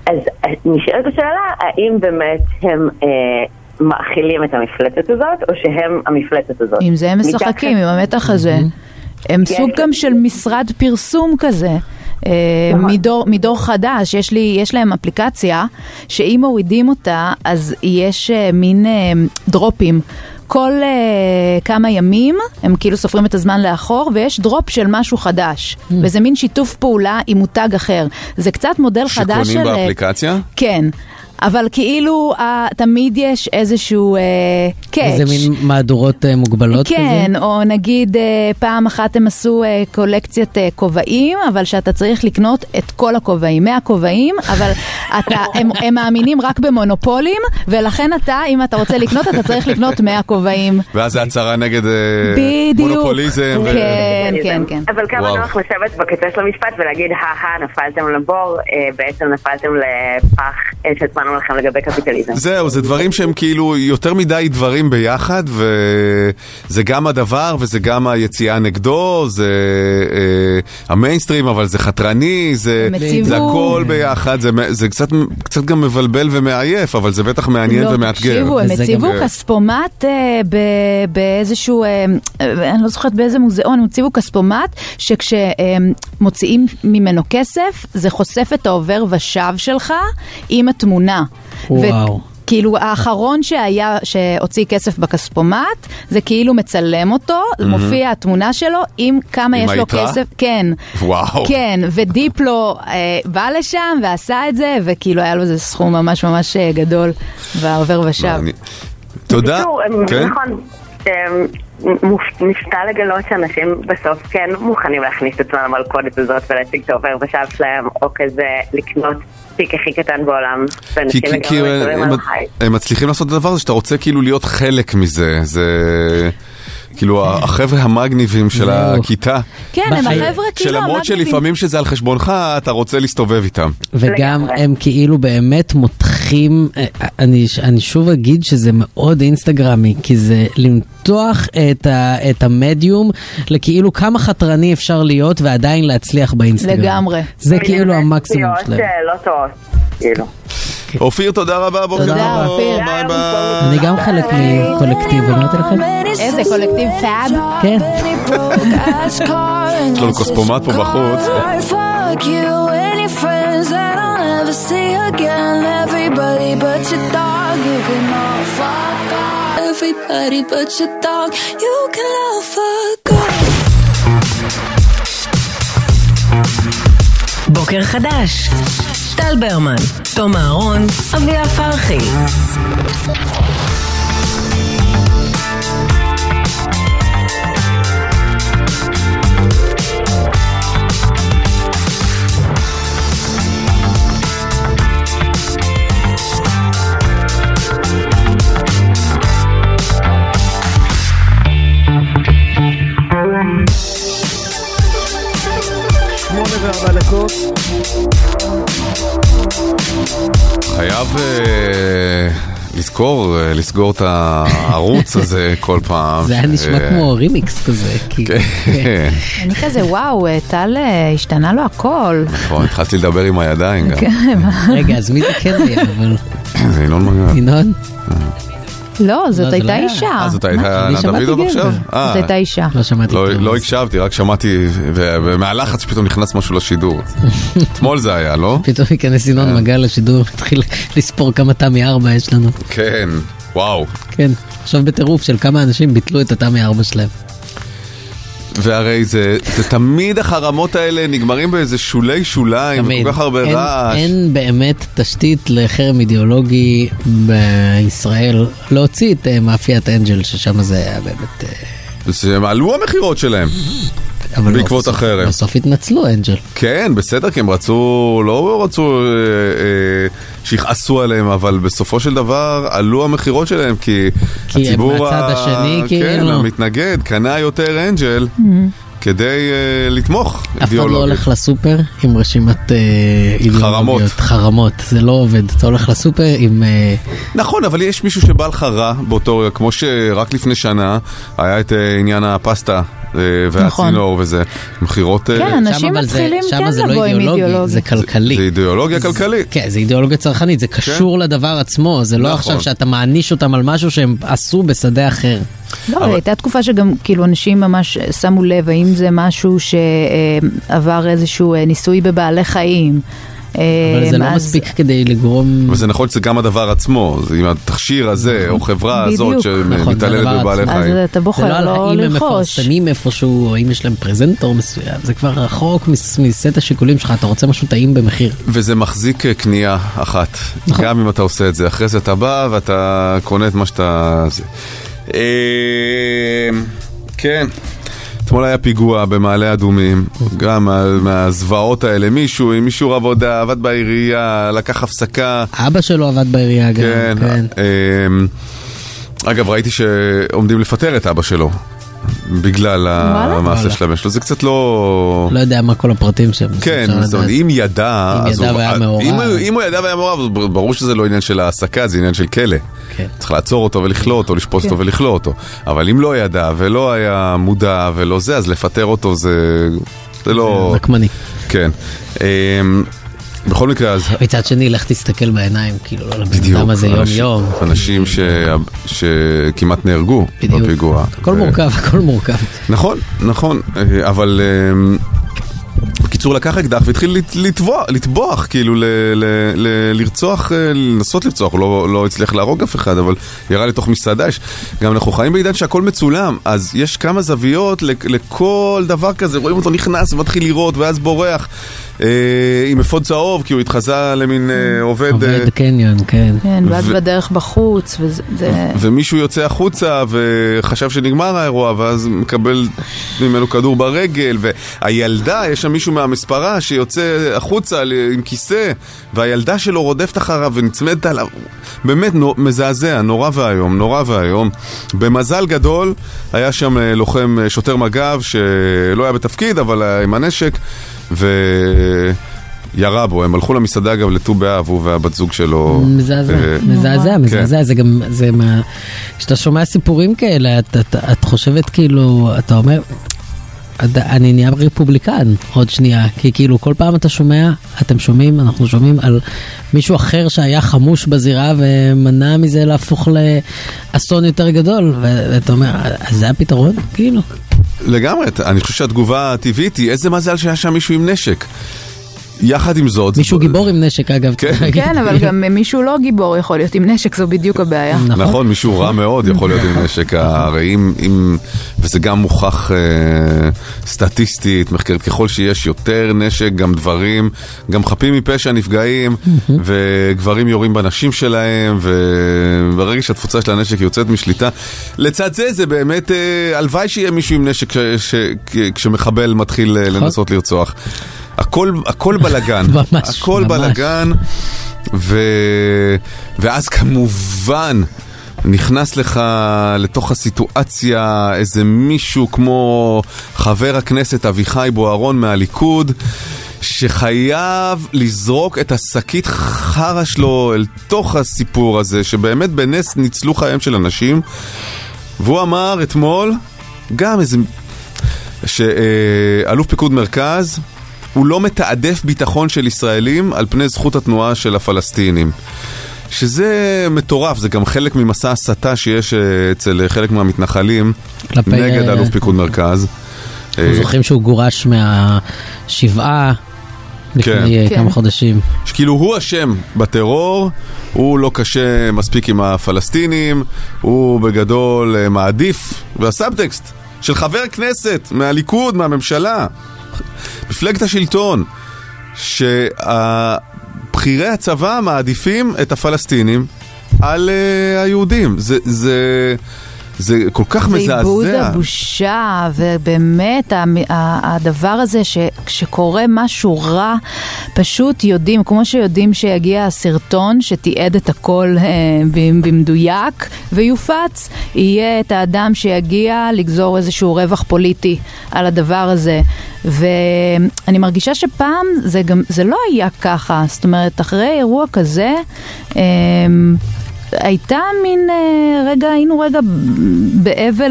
אז נשאלת השאלה, האם באמת הם אה, מאכילים את המפלצת הזאת, או שהם המפלצת הזאת? עם זה הם משחקים, עם המתח הזה. הם סוג גם של משרד פרסום כזה. מדור, מדור חדש, יש לי, יש להם אפליקציה שאם מורידים אותה, אז יש מין דרופים. כל uh, כמה ימים הם כאילו סופרים את הזמן לאחור, ויש דרופ של משהו חדש. Mm. וזה מין שיתוף פעולה עם מותג אחר. זה קצת מודל חדש של... שקונים באפליקציה? כן. אבל כאילו uh, תמיד יש איזשהו uh, קאץ'. איזה מין מהדורות uh, מוגבלות כן, כזה? כן, או נגיד uh, פעם אחת הם עשו uh, קולקציית uh, כובעים, אבל שאתה צריך לקנות את כל הכובעים, מאה כובעים, אבל אתה, הם, הם מאמינים רק במונופולים, ולכן אתה, אם אתה רוצה לקנות, אתה צריך לקנות מאה כובעים. ואז זה הצהרה נגד uh, בדיוק. מונופוליזם. כן, ו... כן, כן. אבל כמה נוח לשבת בקצה של המשפט ולהגיד, הא, נפלתם לבור, uh, בעצם נפלתם לפח uh, שצמנו לכם לגבי קפיטליזם. זהו, זה דברים שהם כאילו יותר מדי דברים ביחד, וזה גם הדבר, וזה גם היציאה נגדו, זה אה, המיינסטרים, אבל זה חתרני, זה, זה הכל ביחד, זה, זה קצת, קצת גם מבלבל ומעייף, אבל זה בטח מעניין לא, ומאתגר. תקשיבו, הם הציבו כספומט אה, ב, באיזשהו, אה, אני לא זוכרת באיזה מוזיאון, הם הציבו כספומט, שכשמוציאים אה, ממנו כסף, זה חושף את העובר ושב שלך עם התמונה. וואו. כאילו האחרון שהיה, שהוציא כסף בכספומט, זה כאילו מצלם אותו, מופיע התמונה שלו עם כמה יש לו כסף. כן. וואו. כן, ודיפלו בא לשם ועשה את זה, וכאילו היה לו איזה סכום ממש ממש גדול, והעובר ושב. תודה. כן? נכון. נפתה לגלות שאנשים בסוף כן מוכנים להכניס את עצמם למלכודת הזאת ולהציג את העובר ושב שלהם, או כזה לקנות תיק הכי קטן בעולם. כי הם מצליחים לעשות את הדבר הזה שאתה רוצה כאילו להיות חלק מזה, זה כאילו החבר'ה המגניבים של הכיתה. כן, הם החבר'ה כאילו המגניבים. שלמרות שלפעמים שזה על חשבונך, אתה רוצה להסתובב איתם. וגם הם כאילו באמת מותחים, אני שוב אגיד שזה מאוד אינסטגרמי, כי זה למתוח את המדיום לכאילו כמה חתרני אפשר להיות ועדיין להצליח באינסטגרם. לגמרי. זה כאילו המקסימום שלהם. לא טוב, כאילו. אופיר, תודה רבה, בוקר טוב. תודה, אופיר. ביי ביי. אני גם חלק מקולקטיב, אמרתי לכם? איזה קולקטיב פאב? כן. יש לנו כוספומט פה בחוץ. בוקר חדש, טל ברמן, תום אהרון, אביה פרחי. שמונה וארבע דקות. חייב לזכור, לסגור את הערוץ הזה כל פעם. זה היה נשמע כמו רימיקס כזה. אני כזה, וואו, טל השתנה לו הכל. נכון, התחלתי לדבר עם הידיים גם. רגע, אז מי זה כן היה? זה ינון מגל. ינון? לא, זאת הייתה אישה. אה, זאת הייתה דוידוב עכשיו? זאת הייתה אישה. לא שמעתי. לא הקשבתי, רק שמעתי, ומהלחץ שפתאום נכנס משהו לשידור. אתמול זה היה, לא? פתאום ייכנס ינון מגל לשידור, התחיל לספור כמה תמי ארבע יש לנו. כן, וואו. כן, עכשיו בטירוף של כמה אנשים ביטלו את התמי ארבע שלהם. והרי זה, זה תמיד החרמות האלה נגמרים באיזה שולי שוליים, וכל כך הרבה אין, רעש. אין באמת תשתית לחרם אידיאולוגי בישראל להוציא את uh, מאפיית אנג'ל, ששם זה היה באמת... Uh... זה עלו המחירות שלהם. בעקבות בסוף, החרם. בסוף התנצלו אנג'ל. כן, בסדר, כי הם רצו, לא רצו אה, אה, שיכעסו עליהם, אבל בסופו של דבר עלו המחירות שלהם, כי, כי הציבור הצד השני, ה... כאילו... כן, המתנגד, קנה יותר אנג'ל, mm-hmm. כדי אה, לתמוך אידיאולוגית. אף אחד לא הולך לסופר עם רשימת אה, אידיאולוגיות. חרמות. זה לא עובד. אתה הולך לסופר עם... אה... נכון, אבל יש מישהו שבא לך רע באותו רגע, כמו שרק לפני שנה היה את אה, עניין הפסטה והצינור וזה, מחירות... כן, אנשים מתחילים כן לבוא עם אידיאולוגיה. זה כלכלי. זה אידיאולוגיה כלכלית. כן, זה אידיאולוגיה צרכנית, זה קשור לדבר עצמו, זה לא עכשיו שאתה מעניש אותם על משהו שהם עשו בשדה אחר. לא, הייתה תקופה שגם כאילו אנשים ממש שמו לב, האם זה משהו שעבר איזשהו ניסוי בבעלי חיים. אבל זה לא מספיק כדי לגרום... וזה נכון שזה גם הדבר עצמו, עם התכשיר הזה, או חברה הזאת שמתעללת בבעלי חיים. אז אתה בוחר לא לרכוש. האם הם מפרסמים איפשהו, או האם יש להם פרזנטור מסוים, זה כבר רחוק מסט השיקולים שלך, אתה רוצה משהו טעים במחיר. וזה מחזיק קנייה אחת, גם אם אתה עושה את זה. אחרי זה אתה בא ואתה קונה את מה שאתה... כן. אתמול היה פיגוע במעלה אדומים, גם מהזוועות האלה, מישהו עם אישור עבודה, עבד בעירייה, לקח הפסקה. אבא שלו עבד בעירייה גם, כן. כן. אגב, ראיתי שעומדים לפטר את אבא שלו, בגלל המעשה שלהם. שלו זה קצת לא... לא יודע מה כל הפרטים שם. כן, אם ידע... אם ידע והיה מעורב. אם הוא ידע והיה מעורב, ברור שזה לא עניין של העסקה, זה עניין של כלא. צריך לעצור אותו ולכלוא אותו, לשפוט אותו ולכלוא אותו. אבל אם לא ידע ולא היה מודע ולא זה, אז לפטר אותו זה... זה לא... נקמני. כן. בכל מקרה אז... מצד שני, לך תסתכל בעיניים, כאילו לא לבן אדם הזה יום יום. אנשים שכמעט נהרגו בפיגוע. הכל מורכב, הכל מורכב. נכון, נכון, אבל... בקיצור לקח אקדח והתחיל לטבוח, לטבוח, כאילו לרצוח, לנסות לרצוח, הוא לא הצליח להרוג אף אחד, אבל ירה לתוך מסעדה. גם אנחנו חיים בעידן שהכל מצולם, אז יש כמה זוויות לכל דבר כזה, רואים אותו נכנס ומתחיל לראות ואז בורח עם אפוד צהוב, כי הוא התחזה למין עובד... עובד קניון, כן. כן, ואז בדרך בחוץ, ומישהו יוצא החוצה וחשב שנגמר האירוע, ואז מקבל ממנו כדור ברגל, והילדה, יש שם מישהו מהמספרה שיוצא החוצה עם כיסא, והילדה שלו רודפת אחריו ונצמדת עליו. באמת מזעזע, נורא והיום, נורא והיום. במזל גדול היה שם לוחם שוטר מג"ב שלא היה בתפקיד, אבל היה עם הנשק, וירה בו. הם הלכו למסעדה אגב לט"ו באב, הוא והבת זוג שלו. מזעזע, מזעזע, מזעזע. זה גם, זה מה... כשאתה שומע סיפורים כאלה, את חושבת כאילו, אתה אומר... אני נהיה רפובליקן עוד שנייה, כי כאילו כל פעם אתה שומע, אתם שומעים, אנחנו שומעים על מישהו אחר שהיה חמוש בזירה ומנע מזה להפוך לאסון יותר גדול, ואתה אומר, אז זה הפתרון? כאילו. לגמרי, אני חושב שהתגובה הטבעית היא איזה מזל שהיה שם מישהו עם נשק. יחד עם זאת... מישהו גיבור עם נשק אגב. כן, אבל גם מישהו לא גיבור יכול להיות עם נשק, זו בדיוק הבעיה. נכון, מישהו רע מאוד יכול להיות עם נשק. הרי אם... וזה גם מוכח סטטיסטית, מחקרת, ככל שיש יותר נשק, גם דברים, גם חפים מפשע נפגעים, וגברים יורים בנשים שלהם, וברגע שהתפוצה של הנשק יוצאת משליטה. לצד זה, זה באמת, הלוואי שיהיה מישהו עם נשק כשמחבל מתחיל לנסות לרצוח. הכל, הכל בלגן, ממש, הכל ממש. בלגן, ו... ואז כמובן נכנס לך לתוך הסיטואציה איזה מישהו כמו חבר הכנסת אביחי בוארון מהליכוד, שחייב לזרוק את השקית חרה שלו אל תוך הסיפור הזה, שבאמת בנס ניצלו חיים של אנשים, והוא אמר אתמול גם איזה... שאלוף פיקוד מרכז הוא לא מתעדף ביטחון של ישראלים על פני זכות התנועה של הפלסטינים. שזה מטורף, זה גם חלק ממסע הסתה שיש אצל חלק מהמתנחלים נגד אלוף פיקוד מרכז. אנחנו זוכרים שהוא גורש מהשבעה לפני כמה חודשים. שכאילו הוא אשם בטרור, הוא לא קשה מספיק עם הפלסטינים, הוא בגדול מעדיף, והסאבטקסט של חבר כנסת מהליכוד, מהממשלה, מפלגת השלטון, שבחירי הצבא מעדיפים את הפלסטינים על uh, היהודים. זה, זה, זה כל כך מזעזע. זה איבוד הבושה, ובאמת הדבר הזה שכשקורה משהו רע, פשוט יודעים, כמו שיודעים שיגיע הסרטון שתיעד את הכל במדויק ויופץ, יהיה את האדם שיגיע לגזור איזשהו רווח פוליטי על הדבר הזה. ואני מרגישה שפעם זה גם, זה לא היה ככה. זאת אומרת, אחרי אירוע כזה, הייתה מין רגע, היינו רגע באבל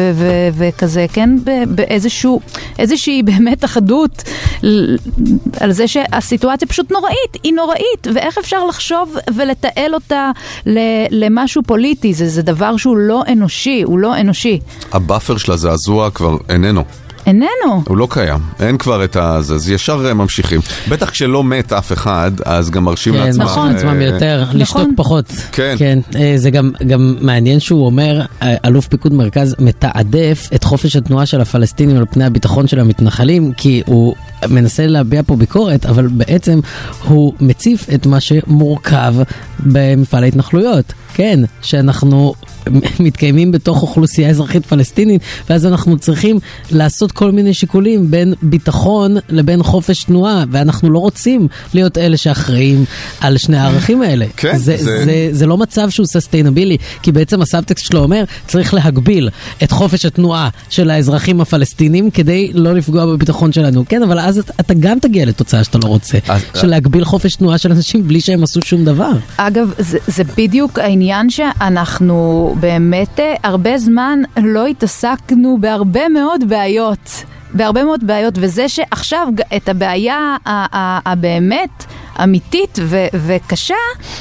וכזה, כן? באיזשהו, איזושהי באמת אחדות על זה שהסיטואציה פשוט נוראית, היא נוראית, ואיך אפשר לחשוב ולתעל אותה למשהו פוליטי, זה, זה דבר שהוא לא אנושי, הוא לא אנושי. הבאפר של הזעזוע כבר איננו. איננו. הוא לא קיים, אין כבר את הזה, אז ישר ממשיכים. בטח כשלא מת אף אחד, אז גם מרשים לעצמם. כן, נכון, עצמם יותר, לשתוק פחות. כן. כן, זה גם מעניין שהוא אומר, אלוף פיקוד מרכז מתעדף את חופש התנועה של הפלסטינים על פני הביטחון של המתנחלים, כי הוא מנסה להביע פה ביקורת, אבל בעצם הוא מציף את מה שמורכב במפעל ההתנחלויות. כן, שאנחנו מתקיימים בתוך אוכלוסייה אזרחית פלסטינית, ואז אנחנו צריכים לעשות כל מיני שיקולים בין ביטחון לבין חופש תנועה, ואנחנו לא רוצים להיות אלה שאחראים על שני הערכים האלה. כן, זה, זה... זה, זה לא מצב שהוא ססטיינבילי, כי בעצם הסאבטקסט שלו אומר, צריך להגביל את חופש התנועה של האזרחים הפלסטינים, כדי לא לפגוע בביטחון שלנו. כן, אבל אז אתה גם תגיע לתוצאה שאתה לא רוצה, של להגביל חופש תנועה של אנשים בלי שהם עשו שום דבר. אגב, זה, זה בדיוק העניין שאנחנו באמת הרבה זמן לא התעסקנו בהרבה מאוד בעיות, בהרבה מאוד בעיות, וזה שעכשיו את הבעיה הבאמת אמיתית ו- וקשה,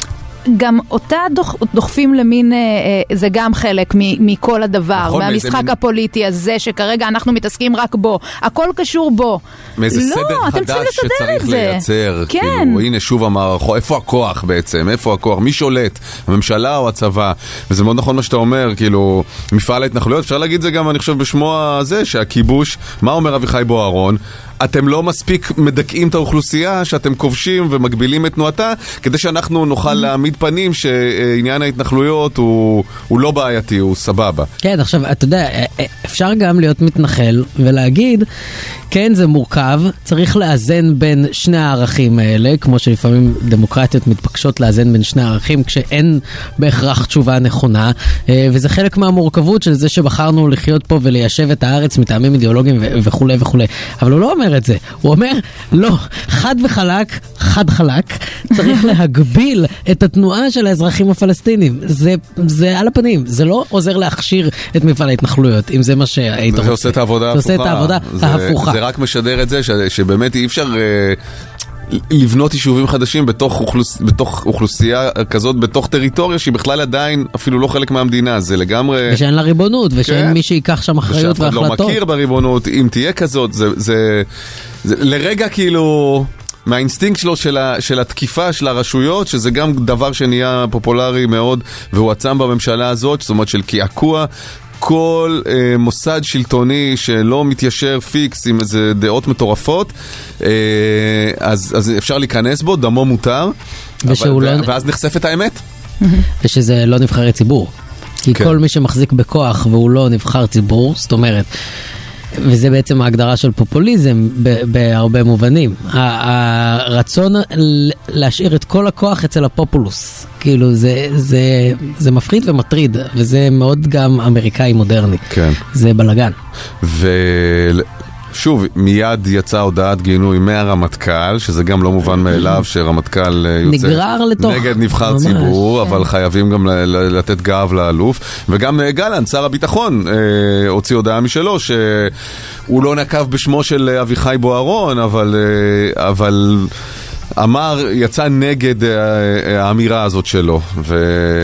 גם אותה דוח, דוחפים למין, אה, זה גם חלק מ- מכל הדבר, נכון, מהמשחק מין... הפוליטי הזה שכרגע אנחנו מתעסקים רק בו, הכל קשור בו. מאיזה לא, סדר חדש שצריך לייצר, כן. כאילו, הנה שוב המערכו, איפה הכוח בעצם, איפה הכוח, מי שולט, הממשלה או הצבא, וזה מאוד נכון מה שאתה אומר, כאילו, מפעל ההתנחלויות, אפשר להגיד זה גם, אני חושב, בשמו הזה, שהכיבוש, מה אומר אביחי בוארון? אתם לא מספיק מדכאים את האוכלוסייה שאתם כובשים ומגבילים את תנועתה, כדי שאנחנו נוכל להעמיד פנים שעניין ההתנחלויות הוא, הוא לא בעייתי, הוא סבבה. כן, עכשיו, אתה יודע, אפשר גם להיות מתנחל ולהגיד, כן, זה מורכב, צריך לאזן בין שני הערכים האלה, כמו שלפעמים דמוקרטיות מתבקשות לאזן בין שני הערכים, כשאין בהכרח תשובה נכונה, וזה חלק מהמורכבות של זה שבחרנו לחיות פה וליישב את הארץ מטעמים אידיאולוגיים וכו' וכו'. אבל הוא לא אומר את זה, הוא אומר, לא, חד וחלק, חד חלק, צריך להגביל את התנועה של האזרחים הפלסטינים. זה, זה על הפנים, זה לא עוזר להכשיר את מפעל ההתנחלויות, אם זה מה שהיית רוצה. זה עושה את העבודה ההפוכה. זה עושה את העבודה ההפוכה. זה רק משדר את זה, ש, שבאמת אי אפשר uh, לבנות יישובים חדשים בתוך, אוכלוס, בתוך אוכלוסייה כזאת, בתוך טריטוריה שהיא בכלל עדיין אפילו לא חלק מהמדינה, זה לגמרי... ושאין לה ריבונות, ושאין כן. מי שיקח שם אחריות והחלטות. ושאף אחד לא מכיר בריבונות, אם תהיה כזאת, זה, זה, זה לרגע כאילו... מהאינסטינקט שלו של, ה, של התקיפה של הרשויות, שזה גם דבר שנהיה פופולרי מאוד והועצם בממשלה הזאת, זאת אומרת של קעקוע, כל אה, מוסד שלטוני שלא מתיישר פיקס עם איזה דעות מטורפות, אה, אז, אז אפשר להיכנס בו, דמו מותר, אבל, לא... ואז נחשפת האמת. ושזה לא נבחרי ציבור. כי כן. כל מי שמחזיק בכוח והוא לא נבחר ציבור, זאת אומרת, וזה בעצם ההגדרה של פופוליזם בהרבה מובנים. הרצון להשאיר את כל הכוח אצל הפופולוס. כאילו זה, זה, זה מפחיד ומטריד, וזה מאוד גם אמריקאי מודרני. כן. זה בלגן. ושוב, מיד יצאה הודעת גינוי מהרמטכ"ל, שזה גם לא מובן מאליו שרמטכ"ל יוצא נגד נבחר ציבור, אבל חייבים גם לתת גב לאלוף. וגם גלנט, שר הביטחון, הוציא הודעה משלו שהוא לא נקב בשמו של אביחי בוארון, אבל אבל אמר, יצא נגד האמירה הזאת שלו. ו...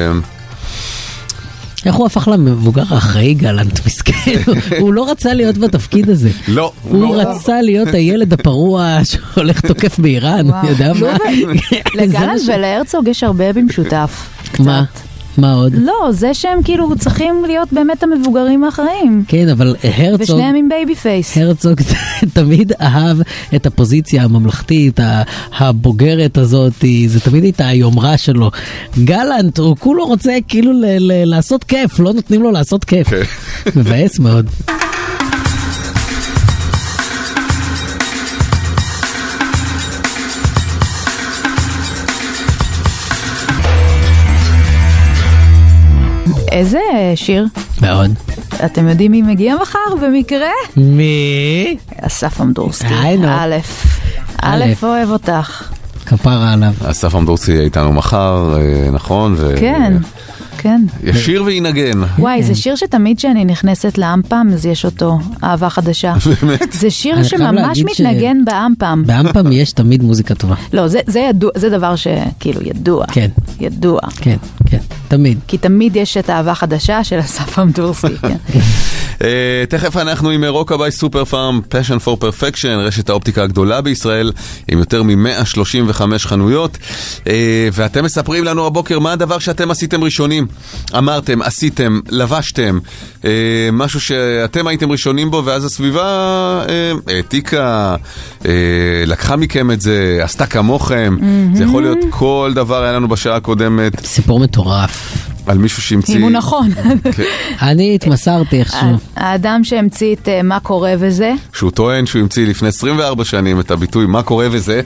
איך הוא הפך למבוגר האחראי גלנט מסכן? הוא לא רצה להיות בתפקיד הזה. לא. הוא רצה להיות הילד הפרוע שהולך תוקף באיראן, יודע מה? לגלנט ולהרצוג יש הרבה במשותף. מה? מה עוד? לא, זה שהם כאילו צריכים להיות באמת המבוגרים האחראים. כן, אבל הרצוג... ושניהם עם בייבי פייס. הרצוג תמיד אהב את הפוזיציה הממלכתית, הבוגרת הזאת, זה תמיד הייתה היומרה שלו. גלנט, הוא כולו רוצה כאילו לעשות כיף, לא נותנים לו לעשות כיף. מבאס מאוד. איזה שיר? מאוד. אתם יודעים מי מגיע מחר במקרה? מי? אסף אמדורסקי. די, נו. א', א', אוהב אותך. כפרה עליו. אסף אמדורסקי איתנו מחר, נכון? כן. כן. ישיר וינגן. וואי, זה שיר שתמיד שאני נכנסת לאמפם, אז יש אותו, אהבה חדשה. באמת? זה שיר שממש מתנגן באמפם. באמפם יש תמיד מוזיקה טובה. לא, זה, זה ידוע, זה דבר שכאילו ידוע. כן. ידוע. כן, כן, תמיד. כי תמיד יש את האהבה חדשה של אסף אמדורסקי, כן. תכף אנחנו עם רוקאביי סופר פארם, Passion for Perfection, רשת האופטיקה הגדולה בישראל, עם יותר מ-מאה שלושים וחמש חנויות, ואתם מספרים לנו הבוקר מה הדבר שאתם עשיתם ראשונים, אמרתם, עשיתם, לבשתם, משהו שאתם הייתם ראשונים בו, ואז הסביבה העתיקה, לקחה מכם את זה, עשתה כמוכם, זה יכול להיות כל דבר, היה לנו בשעה הקודמת. סיפור מטורף. על מישהו שהמציא... אם הוא נכון. אני התמסרתי איכשהו. האדם שהמציא את מה קורה וזה. שהוא טוען שהוא המציא לפני עשרים וארבע שנים את הביטוי מה קורה וזה.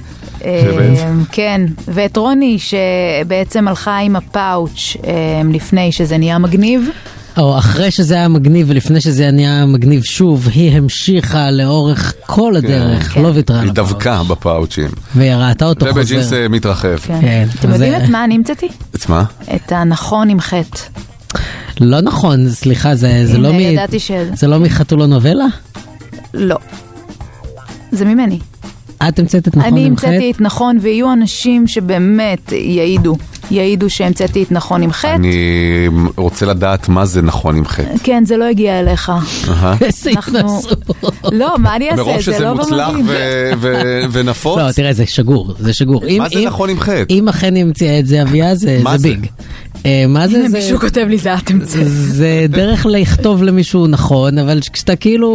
כן, ואת רוני שבעצם הלכה עם הפאוץ' לפני שזה נהיה מגניב. או אחרי שזה היה מגניב ולפני שזה נהיה מגניב שוב, היא המשיכה לאורך כל הדרך, לא ויתרה. היא דווקא בפאוצ'ים. והיא ראתה אותו חוזר. ובג'ינס מתרחב. אתם יודעים את מה אני המצאתי? את מה? את הנכון עם חטא. לא נכון, סליחה, זה לא מחתולה נובלה? לא. זה ממני. את המצאת את נכון אני עם חטא? המצאתי את נכון, ויהיו אנשים שבאמת יעידו. יעידו שהמצאתי את נכון עם חטא. אני רוצה לדעת מה זה נכון עם חטא. כן, זה לא הגיע אליך. איזה התנסו. לא, מה אני אעשה? מרוב שזה מוצלח ונפוץ. לא, תראה, זה שגור, זה שגור. מה זה נכון עם חטא? אם אכן המציאה את זה אביה, זה ביג. מה זה? מישהו כותב לי זה את המצאת. זה דרך לכתוב למישהו נכון, אבל כשאתה כאילו...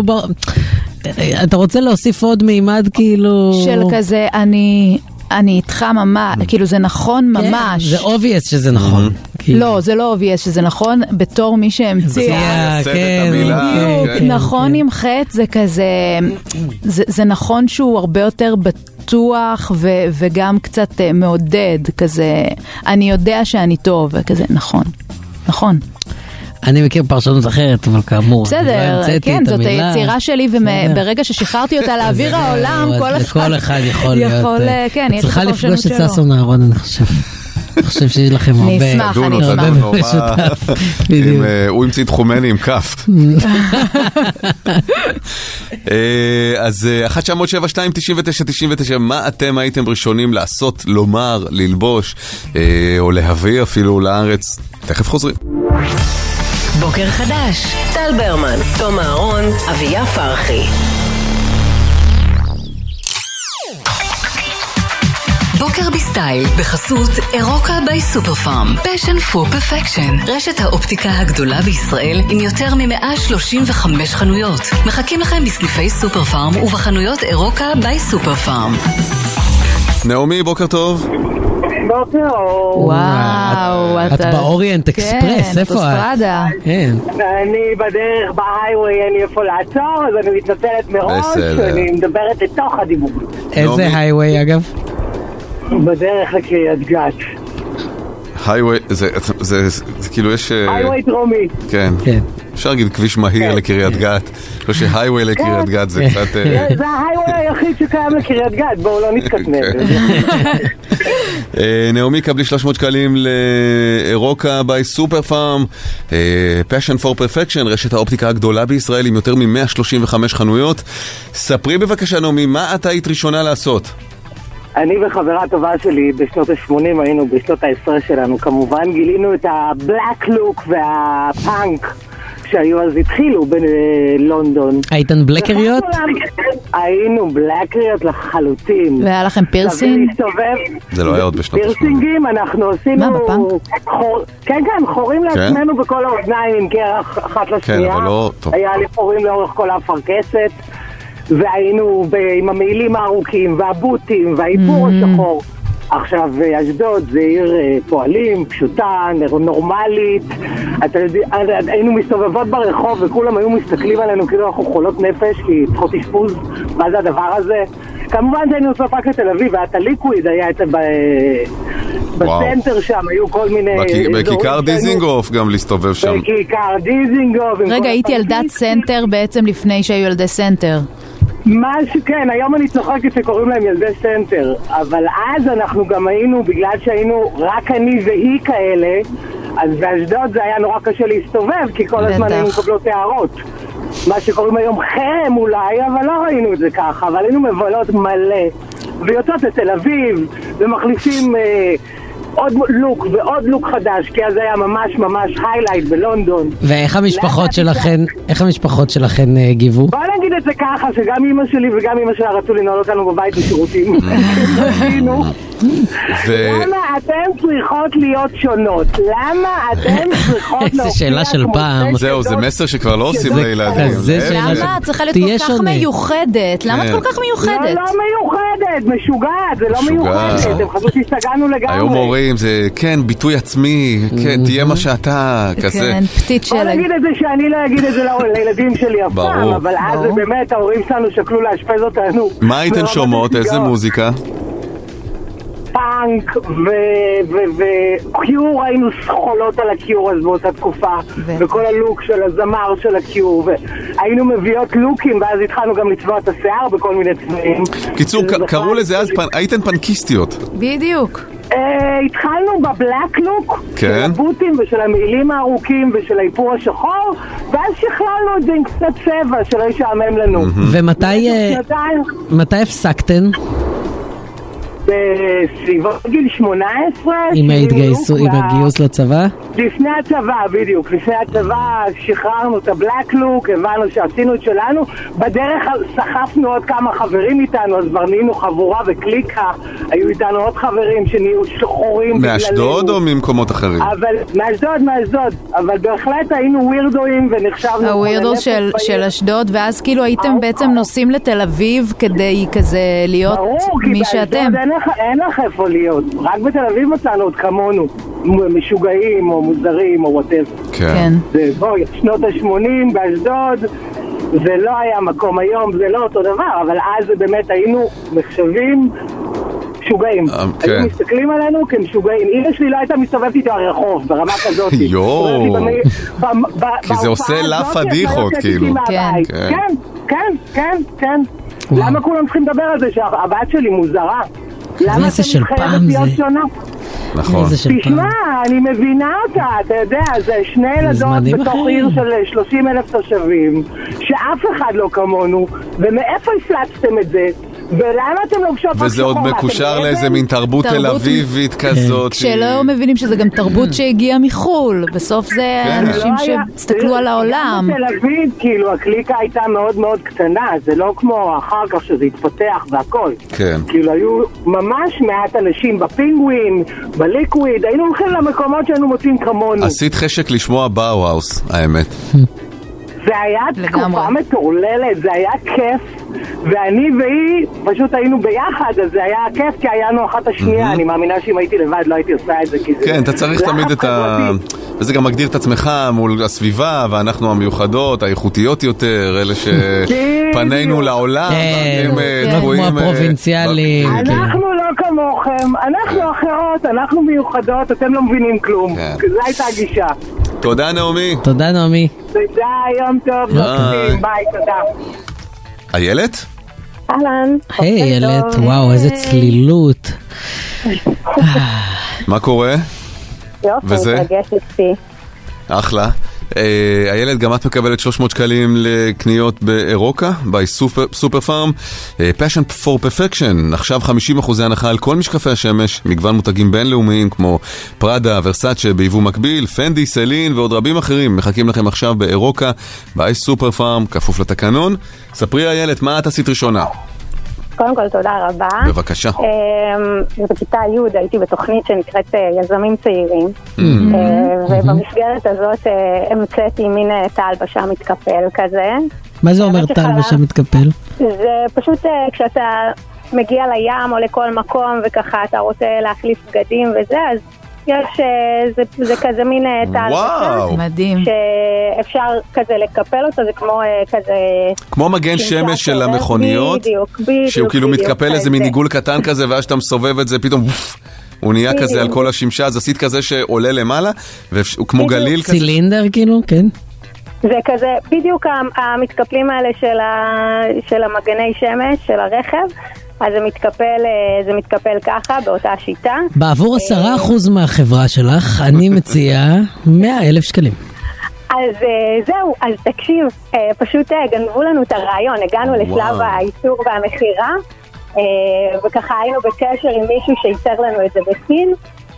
אתה רוצה להוסיף עוד מימד כאילו... של כזה, אני... אני איתך ממש, כאילו זה נכון ממש. זה obvious שזה נכון. לא, זה לא obvious שזה נכון, בתור מי שהמציא. נכון עם חטא זה כזה, זה נכון שהוא הרבה יותר בטוח וגם קצת מעודד, כזה, אני יודע שאני טוב, וכזה, נכון, נכון. אני מכיר פרשנות אחרת, אבל כאמור. בסדר, כן, זאת היצירה שלי, וברגע ששחררתי אותה לאוויר העולם, כל אחד יכול להיות. כן, יש צריכה לפגוש את ששון אהרון, אני חושב. אני חושב שיש לכם הרבה. אני אשמח, אני אשמח. הוא המציא את חומני עם כף. אז אחת תשע אפס שבע שתיים תשע תשע תשע תשע, מה אתם הייתם ראשונים לעשות, לומר, ללבוש, או להביא אפילו לארץ? תכף חוזרים. בוקר חדש, טל ברמן, תום אהרון, אביה פרחי. בוקר בסטייל, בחסות אירוקה ביי סופר פארם. Passion for Perfection, רשת האופטיקה הגדולה בישראל עם יותר מ-מאה שלושים וחמש חנויות. מחכים לכם בסניפי סופר פארם ובחנויות אירוקה ביי סופר פארם. נעמי, בוקר טוב. בוקר אור. וואו. את באוריינט אקספרס, איפה את? אני בדרך בהייווי, אין לי איפה לעצור, אז אני מתנצלת מראש, אני מדברת לתוך הדיבור. איזה הייווי אגב? בדרך לקריית גת. הייווי, זה כאילו יש... הייווי דרומי. כן. אפשר להגיד כביש מהיר לקריית גת. לא שהייווי לקריית גת זה קצת... זה ההייווי היחיד שקיים לקריית גת, בואו לא נתקטנן. נעמי, קבלי שלוש מאות שקלים לאירוקה ביי סופר פארם, Passion for Perfection, רשת האופטיקה הגדולה בישראל עם יותר מ-מאה שלושים וחמש חנויות. ספרי בבקשה נעמי, מה את היית ראשונה לעשות? אני וחברה טובה שלי בשנות ה-שמונים היינו בשנות העשרה שלנו, כמובן גילינו את הבלק לוק והפאנק שהיו אז התחילו בלונדון. הייתן בלקריות? היינו בלקריות לחלוטין. והיה לכם פירסינג? זה לא היה עוד בשנות ה-שמונים. פירסינגים אנחנו עשינו... מה, בפאנק? כן, כן, חורים לעצמנו בכל האוזניים עם קרח אחת לשנייה. כן, אבל לא... היה לי חורים לאורך כל האפרכסת. והיינו עם המעילים הארוכים והבוטים והאיפור השחור. עכשיו אשדוד זה עיר פועלים, פשוטה, נורמלית. היינו מסתובבות ברחוב וכולם היו מסתכלים עלינו כאילו אנחנו חולות נפש כי צריכות אשפוז. מה זה הדבר הזה? כמובן שהיינו עושות רק לתל אביב, ואת הליקוויד היה את בסנטר שם, היו כל מיני... בכיכר דיזינגוף גם להסתובב שם. בכיכר דיזינגוף. רגע, הייתי ילדת סנטר בעצם לפני שהיו ילדי סנטר. משהו, כן, היום אני צוחקת שקוראים להם ילדי סנטר, אבל אז אנחנו גם היינו, בגלל שהיינו רק אני והיא כאלה, אז באשדוד זה היה נורא קשה להסתובב, כי כל הזמן היינו מקבלות הערות. מה שקוראים היום חרם אולי, אבל לא ראינו את זה ככה, אבל היינו מבלות מלא, ויוצאות לתל אביב, ומחליפים אה, עוד לוק ועוד לוק חדש, כי אז היה ממש ממש highlight בלונדון. ואיך המשפחות שלכן, איך המשפחות שלכן גיבו? בוא נגיד את זה ככה, שגם אמא שלי וגם אמא שלה רצו לנעול אותנו בבית בשירותים. למה אתם צריכות להיות שונות? למה אתם צריכות להופיע? איזה שאלה של פעם. זהו, זה מסר שכבר לא עושים לילדים. למה? צריכה להיות כל כך מיוחדת. למה את כל כך מיוחדת? לא, לא מיוחדת, משוגעת, זה לא מיוחדת. הם חשבו שהסתגענו לגמרי. היום אומרים, זה כן, ביטוי עצמי, כן, תהיה מה שאתה, כזה. כן, פתית שלג. בוא נגיד את זה שאני לא אגיד את זה לילדים שלי אף פעם, אבל אז באמת ההורים שלנו שקלו להשפז אותנו. מה הייתן שומעות? איזה מוזיקה? פאנק וקיור, היינו סחולות על הקיור אז באותה תקופה, וכל הלוק של הזמר של הקיור, והיינו מביאות לוקים, ואז התחלנו גם לצבוע את השיער בכל מיני צבעים. קיצור, קראו לזה אז, הייתן פנקיסטיות. בדיוק. התחלנו בבלק לוק, של הבוטים ושל המעילים הארוכים ושל האיפור השחור, ואז שכללנו את זה עם קצת צבע שלא ישעמם לנו. ומתי הפסקתן? בסביבות גיל שמונה עשרה עם הגיוס לצבא? לפני הצבא, בדיוק לפני הצבא שחררנו את הבלק לוק, הבנו שעשינו את שלנו, בדרך סחפנו עוד כמה חברים איתנו, אז כבר נהיינו חבורה וקליקה, היו איתנו עוד חברים שנהיו שחורים מאשדוד או ממקומות אחרים? אבל מאשדוד, מאשדוד, אבל בהחלט היינו ווירדואים ונחשבנו הווירדוס של, של אשדוד, ואז כאילו הייתם בעצם נוסעים לתל אביב כדי כזה להיות מי שאתם. אין לך איפה להיות, רק בתל אביב מצאנו עוד כמונו, משוגעים או מוזרים או וואטאבר. כן. בואי, שנות ה-שמונים באשדוד, זה לא היה מקום היום, זה לא אותו דבר, אבל אז באמת היינו מחשבים משוגעים. היו מסתכלים עלינו כמשוגעים. אמא שלי לא הייתה מסתובבת איתו הרחוב, ברמה כזאת. יואו. כי זה עושה לה פדיחות, כאילו. כן, כן, כן, כן. למה כולם צריכים לדבר על זה שהבת שלי מוזרה? למה אתם חייבת להיות שונה? נכון. תשמע, אני מבינה אותה, אתה יודע, זה שני ילדות בתוך עיר של שלושים אלף תושבים, שאף אחד לא כמונו, ומאיפה הפלצתם את זה? ולמה אתם לובשות רק שחור? וזה עוד מקושר לאיזה מין תרבות תל אביבית כזאת. כשלא מבינים שזה גם תרבות שהגיעה מחול, בסוף זה אנשים שהסתכלו על העולם. גם בתל אביב, כאילו, הקליקה הייתה מאוד מאוד קטנה, זה לא כמו אחר כך שזה התפתח והכל. כן. כאילו, היו ממש מעט אנשים בפינגווין, בליקוויד, היינו הולכים למקומות שהיינו מוצאים כמונו. עשית חשק לשמוע באו-האוס, האמת. זה היה תקופה מטורללת, זה היה כיף, ואני והיא פשוט היינו ביחד, אז זה היה כיף כי היינו אחת השנייה, אני מאמינה שאם הייתי לבד לא הייתי עושה את זה, כי זה... כן, אתה צריך תמיד את ה... וזה גם מגדיר את עצמך מול הסביבה, ואנחנו המיוחדות, האיכותיות יותר, אלה שפנינו לעולם, כמו הפרובינציאלים. אנחנו לא כמוכם, אנחנו אחרות, אנחנו מיוחדות, אתם לא מבינים כלום, זו הייתה הגישה. תודה נעמי. תודה נעמי. תודה, יום טוב, ביי, תודה. איילת? אהלן. היי איילת, וואו, איזה צלילות. מה קורה? יופי, מתרגש לפי. אחלה. איילת, גם את מקבלת שלוש מאות שקלים לקניות באירוקה, by סופר פארם. Passion for Perfection, עכשיו חמישים אחוז הנחה על כל משקפי השמש, מגוון מותגים בינלאומיים כמו פראדה, ורסאצ'ה ביבוא מקביל, פנדי, סלין ועוד רבים אחרים מחכים לכם עכשיו באירוקה, by סופר פארם, כפוף לתקנון. ספרי איילת, מה את עשית ראשונה? קודם כל תודה רבה. בבקשה. בכיתה י' הייתי בתוכנית שנקראת יזמים צעירים, ובמסגרת הזאת המצאתי מין תא הלבשה מתקפל כזה. מה זה אומר תא הלבשה מתקפל? זה פשוט כשאתה מגיע לים או לכל מקום וככה אתה רוצה להחליף בגדים וזה, אז יש, זה, זה כזה מין תא הלבשה. מדהים. שאפשר כזה לקפל אותו, זה כמו כזה... כמו מגן שמש של המכוניות. בדיוק, בדיוק. שהוא כאילו מתקפל איזה מין עיגול קטן כזה, ואז שאתה מסובב את זה, פתאום הוא נהיה כזה על כל השמשה, אז עשית כזה שעולה למעלה, וכמו גליל כזה. צילינדר כאילו, כן. זה כזה, בדיוק המתקפלים האלה של, ה, של המגני שמש, של הרכב, אז זה מתקפל, זה מתקפל ככה, באותה שיטה. בעבור עשרה אחוז מהחברה שלך, אני מציע מאה אלף שקלים. אז זהו, אז תקשיב, פשוט גנבו לנו את הרעיון, הגענו לשלב האיסור והמחירה, וככה היינו בקשר עם מישהו שייצר לנו את זה בסין,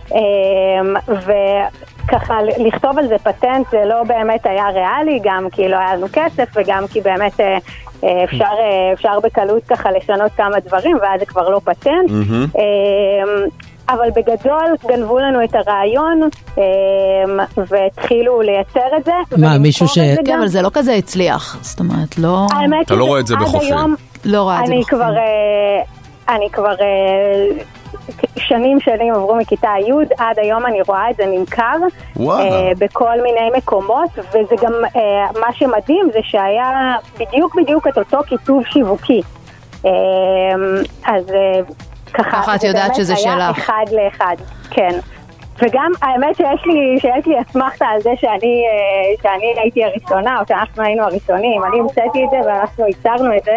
וככה לכתוב על זה פטנט זה לא באמת היה ריאלי, גם כי לא היה לנו כסף וגם כי באמת אפשר, אפשר בקלות ככה לשנות כמה דברים ואז זה כבר לא פטנט. אבל בגדול גנבו לנו את הרעיון והתחילו לייצר את זה. מה, מישהו ש... אבל זה לא כזה הצליח, זאת אומרת, לא... אתה לא רואה את זה בחופים. לא רואה את זה בחופים. אני כבר שנים שנים עברו מכיתה י' עד היום אני רואה את זה נמכר בכל מיני מקומות, וזה גם מה שמדהים זה שהיה בדיוק בדיוק את אותו כיתוב שיווקי. אז ככה את יודעת שזה שלך. זה באמת היה אחד לאחד, כן. וגם האמת שיש לי, שיש לי אסמכתה על זה שאני, שאני הייתי הראשונה, או שאנחנו היינו הראשונים. אני המצאתי את זה ואנחנו ייצרנו את זה.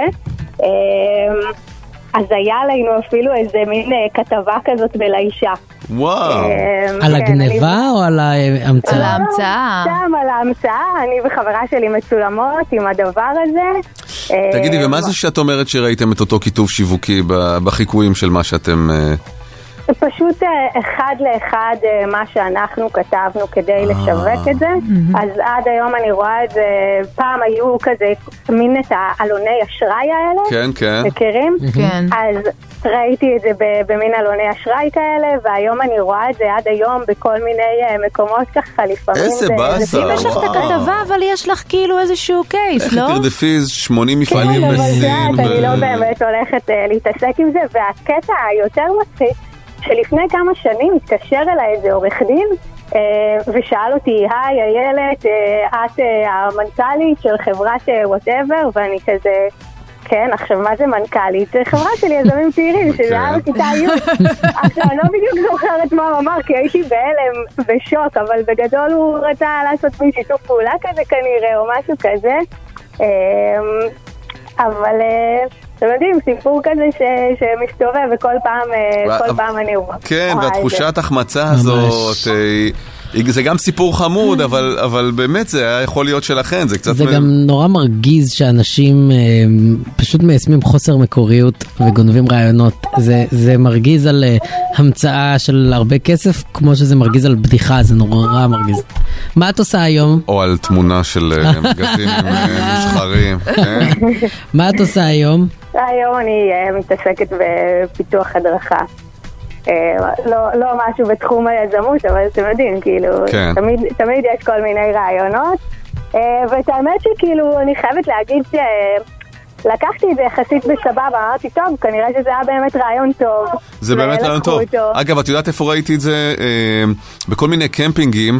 אז היה עלינו אפילו איזה מין כתבה כזאת בלאישה. וואו. על הגניבה או על ההמצאה? על ההמצאה. שם על ההמצאה, אני וחברה שלי מצולמות עם הדבר הזה. תגידי, ומה זה שאת אומרת שראיתם את אותו כיתוב שיווקי בחיקויים של מה שאתם... פשוט אחד לאחד מה שאנחנו כתבנו כדי לשווק את זה, אז עד היום אני רואה את זה, פעם היו כזה מין את העלוני אשראי האלה, כן, כן. מכירים? כן. אז ראיתי את זה במין עלוני אשראי כאלה, והיום אני רואה את זה עד היום בכל מיני מקומות ככה, לפעמים איזה באסה, וואו. יש לך את הכתבה, אבל יש לך כאילו איזשהו קייס, לא? איך תרדפי שמונים מפעלים בסין? כן, אבל אני לא באמת הולכת להתעסק עם זה, והקטע היותר מצחיק, שלפני כמה שנים התקשר אליי איזה עורך דין ושאל אותי, היי איילת, את המנכ"לית של חברת whatever, ואני כזה, כן, עכשיו מה זה מנכ"לית? זה חברה של יזמים צעירים, שזה היה בכיתה י'. עכשיו אני לא בדיוק זוכרת מה הוא אמר, כי הייתי בהלם בשוק, אבל בגדול הוא רצה לעשות מין שיתוף פעולה כזה כנראה, או משהו כזה. אבל... אתם יודעים, סיפור כזה שמסתובב וכל פעם, כל פעם אני רואה. כן, והתחושת החמצה הזאת, זה גם סיפור חמוד, אבל באמת זה היה יכול להיות שלכן, זה קצת... זה גם נורא מרגיז שאנשים פשוט מיישמים חוסר מקוריות וגונבים רעיונות. זה מרגיז על המצאה של הרבה כסף, כמו שזה מרגיז על בדיחה, זה נורא מרגיז. מה את עושה היום? או על תמונה של מגזינים מושחרים. מה את עושה היום? היום אני מתעסקת בפיתוח הדרכה. לא משהו בתחום היזמות, אבל אתם יודעים, כאילו, תמיד יש כל מיני רעיונות. ואת האמת שכאילו, אני חייבת להגיד ש... לקחתי את זה יחסית בסבבה, אמרתי, טוב, כנראה שזה היה באמת רעיון טוב. זה באמת רעיון טוב. אגב, את יודעת איפה ראיתי את זה? בכל מיני קמפינגים,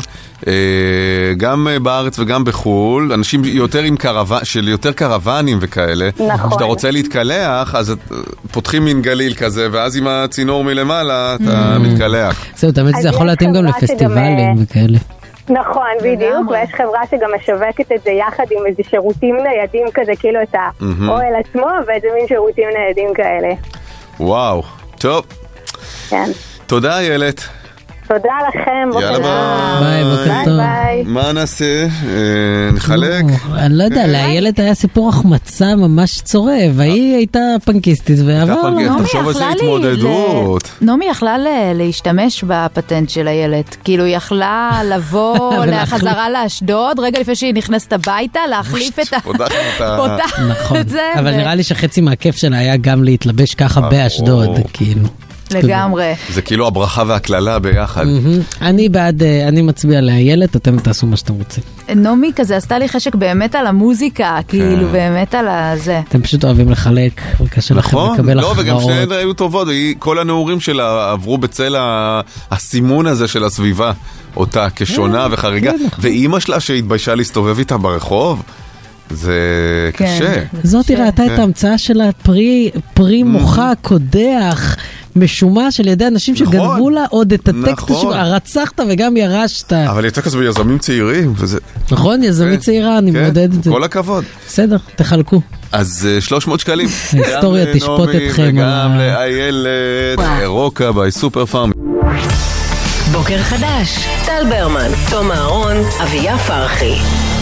גם בארץ וגם בחול, אנשים יותר עם קרוון, של יותר קרוונים וכאלה. נכון. כשאתה רוצה להתקלח, אז פותחים מין גליל כזה, ואז עם הצינור מלמעלה, אתה מתקלח. זהו, תמיד זה יכול להתאים גם לפסטיבלים וכאלה. נכון, בדיוק, ויש חברה שגם משווקת את זה יחד עם איזה שירותים ניידים כזה, כאילו את האוהל עצמו, ואיזה מין שירותים ניידים כאלה. וואו, טוב. כן. תודה, איילת. תודה לכם. יאללה ביי, בוקר טוב. מה נעשה? נחלק? אני לא יודע, לאיילת היה סיפור החמצה ממש צורב, היא הייתה פנקיסטית ועבר לה. תחשוב איזה התמודדות. נעמי יכלה להשתמש בפטנט של איילת, כאילו היא יכלה לבוא לחזרה לאשדוד, רגע לפני שהיא נכנסת הביתה, להחליף את זה. אבל נראה לי שחצי מהכיף שלה היה גם להתלבש ככה באשדוד, כאילו. לגמרי. זה כאילו הברכה והכללה ביחד. אני בעד, אני מצביע לאיילת, אתם תעשו מה שאתם רוצים. נעמי כזה עשתה לי חשק באמת על המוזיקה, כאילו באמת על הזה. אתם פשוט אוהבים לחלק, וקשה לכם לקבל הכרעות. לא, וגם שניהם היו טובות, כל הנעורים שלה עברו בצל הסימון הזה של הסביבה, אותה כשונה וחריגה, ואימא שלה שהתביישה להסתובב איתה ברחוב, זה קשה. זאת ראתה את ההמצאה של הפרי מוחה קודח, משומש על ידי אנשים שגנבו לה עוד את הטקסט, הרצחת וגם ירשת. אבל יצא כזה ביזמים צעירים. נכון, יזמית צעירה, אני מעודד את זה. כל הכבוד. בסדר, תחלקו. אז שלוש מאות שקלים. ההיסטוריה תשפוט אתכם. וגם לאיילת, רוקה ביי סופר פארם. בוקר חדש, טל ברמן, תום אהרון, אביה פרחי.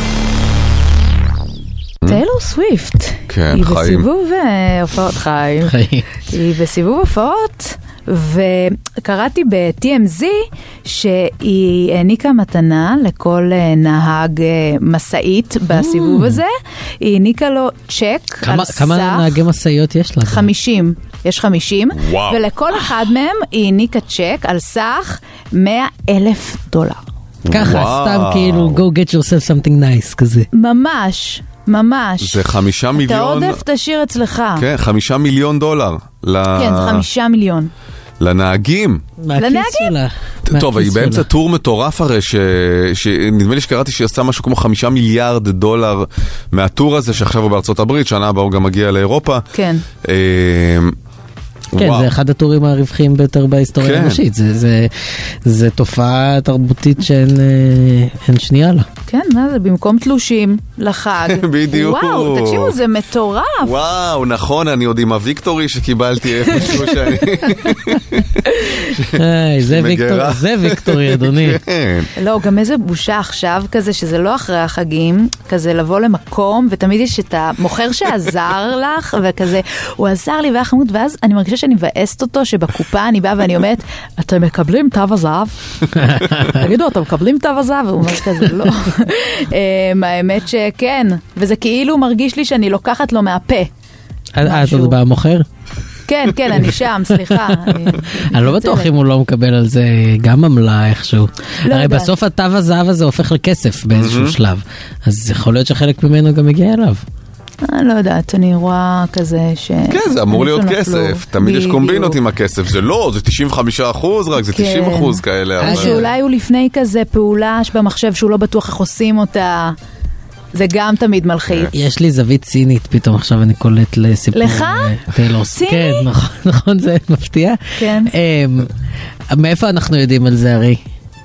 טיילור סוויפט. כן, היא חיים. בסיבוב הופעות חיים. היא בסיבוב הופעות, וקראתי ב-טי אם זי שהיא העניקה מתנה לכל נהג מסעית בסיבוב הזה. היא העניקה לו צ'ק על סך... כמה נהגי מסעיות יש לה? חמישים. יש חמישים. ולכל אחד מהם היא העניקה צ'ק על סך מאה אלף דולר. ככה, סתם כאילו, go get yourself something nice כזה. ממש. ממש. זה חמישה מיליון... את העודף תשאיר אצלך. כן, חמישה מיליון דולר. כן, זה חמישה מיליון. לנהגים. לנהגים? טוב, היא באמצע טור מטורף הרי, שנדמה לי שקראתי שהיא עושה משהו כמו חמישה מיליארד דולר מהטור הזה, שעכשיו הוא בארצות הברית, שנה הבאה הוא גם מגיע לאירופה. כן. כן, זה אחד הטורים הרווחיים ביותר בהיסטוריה האנושית. זה תופעה תרבותית שאין שנייה לה. כן, מה זה? במקום תלושים לחג. בדיוק. וואו, תקשיבו, זה מטורף. וואו, נכון, אני עוד עם הוויקטורי שקיבלתי איפשהו שאני... זה ויקטורי, אדוני. לא, גם איזה בושה עכשיו כזה, שזה לא אחרי החגים, כזה לבוא למקום, ותמיד יש את המוכר שעזר לך, וכזה, הוא עזר לי והיה חמוד, ואז אני מרגישה שאני מבאסת אותו, שבקופה אני באה ואני אומרת, אתם מקבלים תו הזהב? תגידו, אתם מקבלים תו הזהב? הוא אומר כזה, לא. האמת שכן, וזה כאילו מרגיש לי שאני לוקחת לו מהפה. אה, אתה בא מוכר? כן, כן, אני שם, סליחה. אני לא בטוח אם הוא לא מקבל על זה גם עמלה איכשהו. הרי בסוף התו הזהב הזה הופך לכסף באיזשהו שלב, אז יכול להיות שחלק ממנו גם מגיע אליו. אני לא יודעת, אני רואה כזה ש... כן, זה אמור להיות כסף. תמיד יש קומבינות עם הכסף. זה לא, זה תשעים וחמישה אחוז רק, זה תשעים אחוז כאלה. שאולי הוא לפני כזה פעולה במחשב שהוא לא בטוח איך עושים אותה. זה גם תמיד מלחיץ. יש לי זווית צינית, פתאום עכשיו אני קולט לסיפור. לך? ציני? כן, נכון, זה מפתיע. כן. מאיפה אנחנו יודעים על זה, הרי?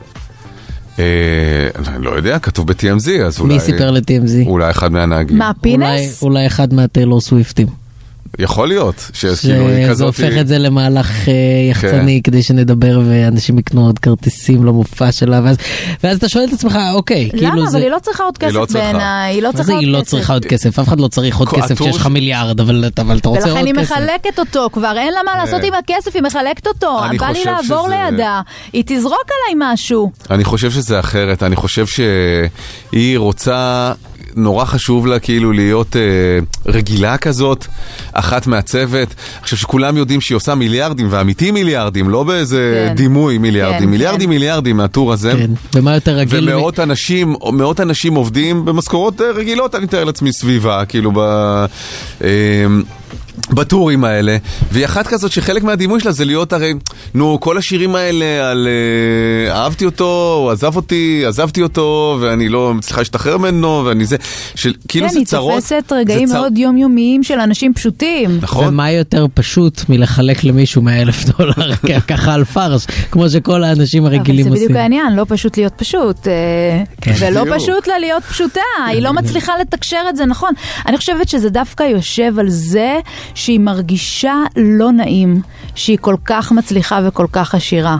אני לא יודע, כתוב ב-טי אם זי, אז אולי... מי סיפר ל-טי אם זי? אולי אחד מהנהגים. מה, פינס? אולי אחד מהטיילור סוויפטים. יכול להיות. שזה הופך את זה למהלך יחצני כדי שנדבר ואנשים יקנו עוד כרטיסים למופע שלה, ואז אתה שואל את עצמך, אוקיי, למה? אבל היא לא צריכה עוד כסף בעיניי, היא לא צריכה עוד כסף. היא לא צריכה עוד כסף, אף אחד לא צריך עוד כסף שיש לך מיליארד, אבל אתה רוצה עוד כסף. ולכן היא מחלקת אותו, כבר אין לה מה לעשות עם הכסף, היא מחלקת אותו, בא לי לעבור לידה, היא תזרוק עליי משהו. אני חושב שזה אחרת, אני חושב שהיא רוצה... נורא חשוב לה כאילו להיות אה, רגילה כזאת, אחת מהצוות. עכשיו שכולם יודעים שהיא עושה מיליארדים, ואמיתי מיליארדים, לא באיזה כן. דימוי מיליארדים, כן, מיליארדים כן. מיליארדים מהטור הזה. כן. ומה יותר רגיל? ומאות אנשים, מאות אנשים עובדים במשכורות רגילות, אני מתאר לעצמי סביבה, כאילו ב... אה, בטורים האלה, והיא אחת כזאת שחלק מהדימוי שלה זה להיות הרי, נו, כל השירים האלה על uh, אהבתי אותו, הוא עזב אותי, עזבתי אותו, ואני לא מצליחה להשתחרר ממנו, ואני זה, של, כאילו כן, זה צרות. כן, היא תופסת רגעים צר... מאוד יומיומיים של אנשים פשוטים. נכון. ומה יותר פשוט מלחלק למישהו מהאלף דולר, ככה על פרש, כמו שכל האנשים הרגילים עושים. אבל זה בדיוק העניין, לא פשוט להיות פשוט, כן. ולא פשוט לה להיות פשוטה, היא לא מצליחה לתקשר את זה, נכון. אני חושבת שזה דווקא יושב על זה, שהיא מרגישה לא נעים, שהיא כל כך מצליחה וכל כך עשירה.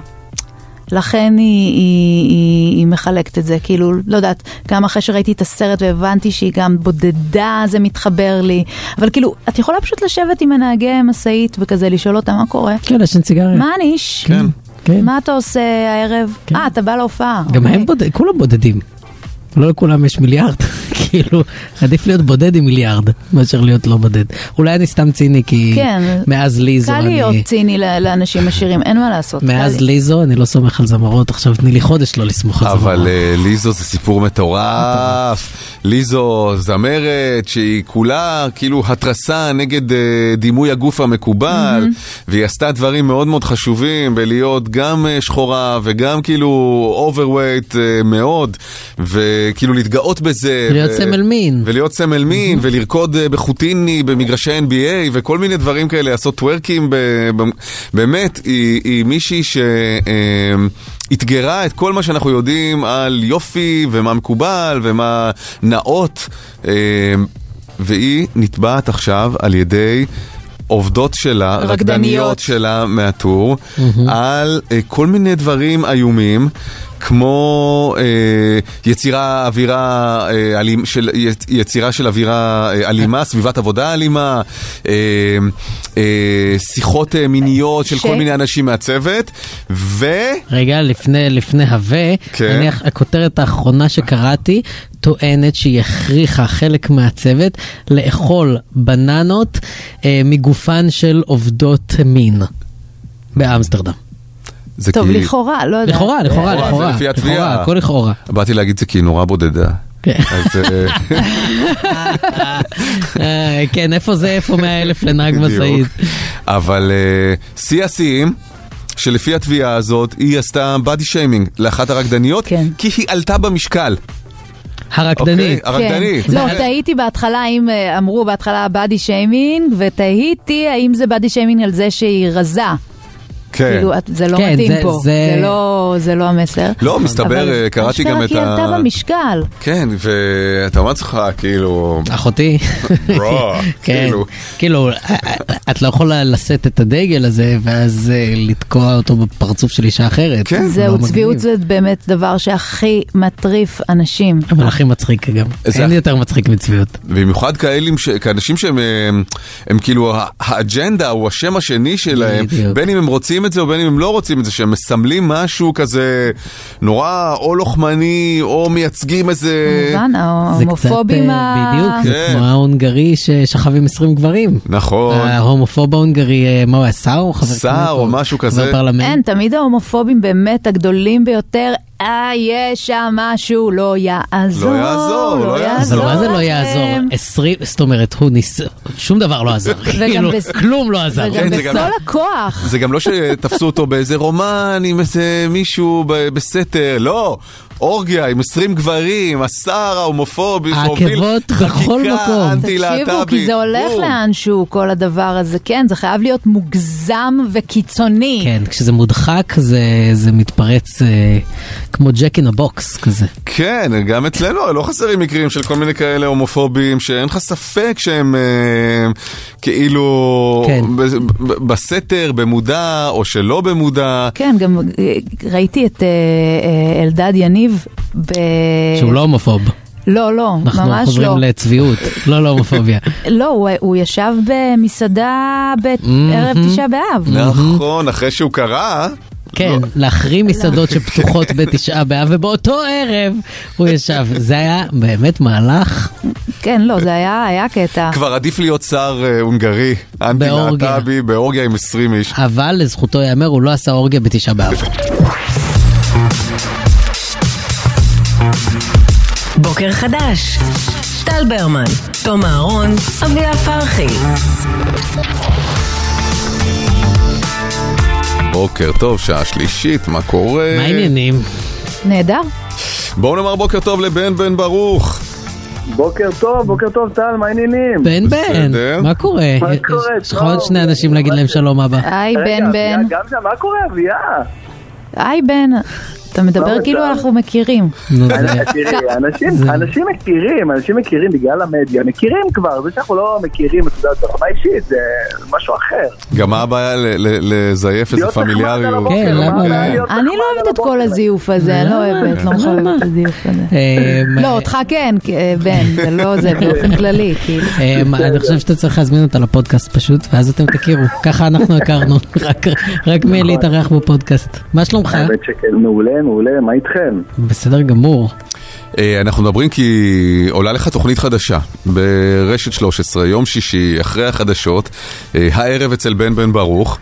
לכן היא, היא, היא, היא מחלקת את זה, כאילו, לא יודעת, גם אחרי שראיתי את הסרט והבנתי שהיא גם בודדה, זה מתחבר לי, אבל כאילו, את יכולה פשוט לשבת עם הנהגי מסעית וכזה, לשאול אותה מה קורה. כן, לשן סיגריה. מה ניש? כן, כן. מה אתה עושה הערב? אה, כן. אתה בא להופעה. גם הם בודדים, כולם בודדים. לא לכולם יש מיליארד, כאילו, עדיף להיות בודד עם מיליארד, מאשר להיות לא בודד. אולי אני סתם ציני, כי כן, מאז ליזו אני... קל להיות ציני לאנשים עשירים, אין מה לעשות. מאז ליזו אני לא סומך על זמרות, עכשיו תני לי חודש לא לסמוך על זמרות. אבל ליזו זה סיפור מטורף. ליזו זמרת שהיא כולה כאילו התרסה נגד דימוי הגוף המקובל, והיא עשתה דברים מאוד מאוד חשובים, בלהיות גם שחורה וגם כאילו overweight מאוד, ו... כאילו להתגאות בזה. ולהיות סמל מין. ולהיות סמל מין, ולרקוד בחוטיני במגרשי אן בי איי, וכל מיני דברים כאלה, לעשות טוורקים, באמת, היא מישהי שהתגרה את כל מה שאנחנו יודעים על יופי, ומה מקובל, ומה נאות, והיא נתבעת עכשיו על ידי עובדות שלה, רקדניות שלה מהטור, על כל מיני דברים איומים, כמו אה, יצירה אווירה אה, אלים, של, יצירה של אווירה אה, אלימה, סביבת עבודה אלימה, אה, אה, שיחות אה, מיניות של ש... כל מיני אנשים מהצוות, ו... רגע, לפני, לפני הווה, כן. אני, הכותרת האחרונה שקראתי, טוענת שהיא הכריחה חלק מהצוות לאכול בננות אה, מגופן של עובדות מין באמסטרדם. טוב, לכאורה, לא יודע. לכאורה, לכאורה, לכאורה. לפי התביעה. הכל לכאורה. באתי להגיד זה כי היא נורא בודדה. כן, איפה זה, איפה מאה אלף לנהג משאית. אבל שיא השיאים, שלפי התביעה הזאת, היא עשתה בדי שיימינג לאחת הרקדניות, כי היא עלתה במשקל. הרקדנית. הרקדנית. לא, תהיתי בהתחלה, אם אמרו בהתחלה בדי שיימינג, ותהיתי האם זה בדי שיימינג על זה שהיא רזה. כאילו, זה לא מתאים פה, זה לא המסר. לא, מסתבר, קראתי גם את ה... אשכרה כי עלתה במשקל. כן, ואתה מה צריכה, כאילו... אחותי. רוע, כאילו. כאילו, את לא יכולה לשאת את הדגל הזה, ואז לתקוע אותו בפרצוף של אישה אחרת. זהו, צביעות זה באמת דבר שהכי מטריף אנשים. אבל הכי מצחיק גם. אין יותר מצחיק מצביעות. במיוחד כאנשים שהם כאילו, האג'נדה הוא השם השני שלהם, בין אם הם רוצים את זה או בין אם הם לא רוצים את זה, שהם מסמלים משהו כזה נורא או לוחמני או מייצגים איזה... כמובן, ההומופובים ה... בדיוק, זה כמו ההונגרי ששכב עם עשרים גברים. נכון. ההומופוב ההונגרי, מה הוא היה, שר? שר או משהו כזה. אין, תמיד ההומופובים באמת הגדולים ביותר, אה, יש שם משהו, לא יעזור. לא יעזור, לא יעזור. אבל מה זה לא יעזור? עשרים, זאת אומרת, הוא ניס... שום דבר לא עזר. כלום לא עזר. וגם בסול הכוח. זה גם לא שתפסו אותו באיזה רומן עם איזה מישהו בסתר, לא. אורגיה עם עשרים גברים, השר ההומופובי, העקבות בכל מקום. תקשיבו, כי זה הולך לאנשהו כל הדבר הזה, כן, זה חייב להיות מוגזם וקיצוני. כן, כשזה מודחק זה מתפרץ כמו ג'ק אין הבוקס כזה. כן, גם אצלנו לא חסרים מקרים של כל מיני כאלה הומופובים, שאין לך ספק שהם כאילו בסתר, במודע או שלא במודע. כן, גם ראיתי את אלדד יניב שהוא לא הומופוב. לא, לא, ממש לא. אנחנו חוזרים לצביעות, לא להומופוביה. לא, הוא ישב במסעדה בערב תשעה באב. נכון, אחרי שהוא קרא... כן, להחרים מסעדות שפתוחות בתשעה באב, ובאותו ערב הוא ישב. זה היה באמת מהלך. כן, לא, זה היה קטע. כבר עדיף להיות שר הונגרי, אנטי-להט"בי, באורגיה עם עשרים איש. אבל לזכותו יאמר, הוא לא עשה אורגיה בתשעה באב. בוקר חדש, טל ברמן, תום אהרון, אביה פרחי. בוקר טוב, שעה שלישית, מה קורה? מה העניינים? נהדר. בואו נאמר בוקר טוב לבן בן ברוך. בוקר טוב, בוקר טוב טל, מה העניינים? בן בן, מה קורה? מה קורה? יש לך עוד שני אנשים להגיד להם שלום אבא. היי בן בן. גם שם, מה קורה אביה? היי בן. אתה מדבר כאילו אנחנו מכירים. אנשים מכירים, אנשים מכירים בגלל המדיה, מכירים כבר, זה שאנחנו לא מכירים ברמה אישית, זה משהו אחר. גם מה הבעיה לזייף איזה פמיליאריות? אני לא אוהבת את כל הזיוף הזה, אני לא אוהבת, לא מחויבת את הזיוף הזה. לא, אותך כן, בן, זה לא זה, באופן כללי. אני חושב שאתה צריך להזמין אותה לפודקאסט פשוט, ואז אתם תכירו. ככה אנחנו הכרנו, רק מלהתארח בפודקאסט. מה שלומך? מעולה. מעולה, מה איתכם? בסדר גמור. אנחנו מדברים כי עולה לך תוכנית חדשה ברשת שלוש עשרה, יום שישי, אחרי החדשות, הערב אצל בן בן ברוך.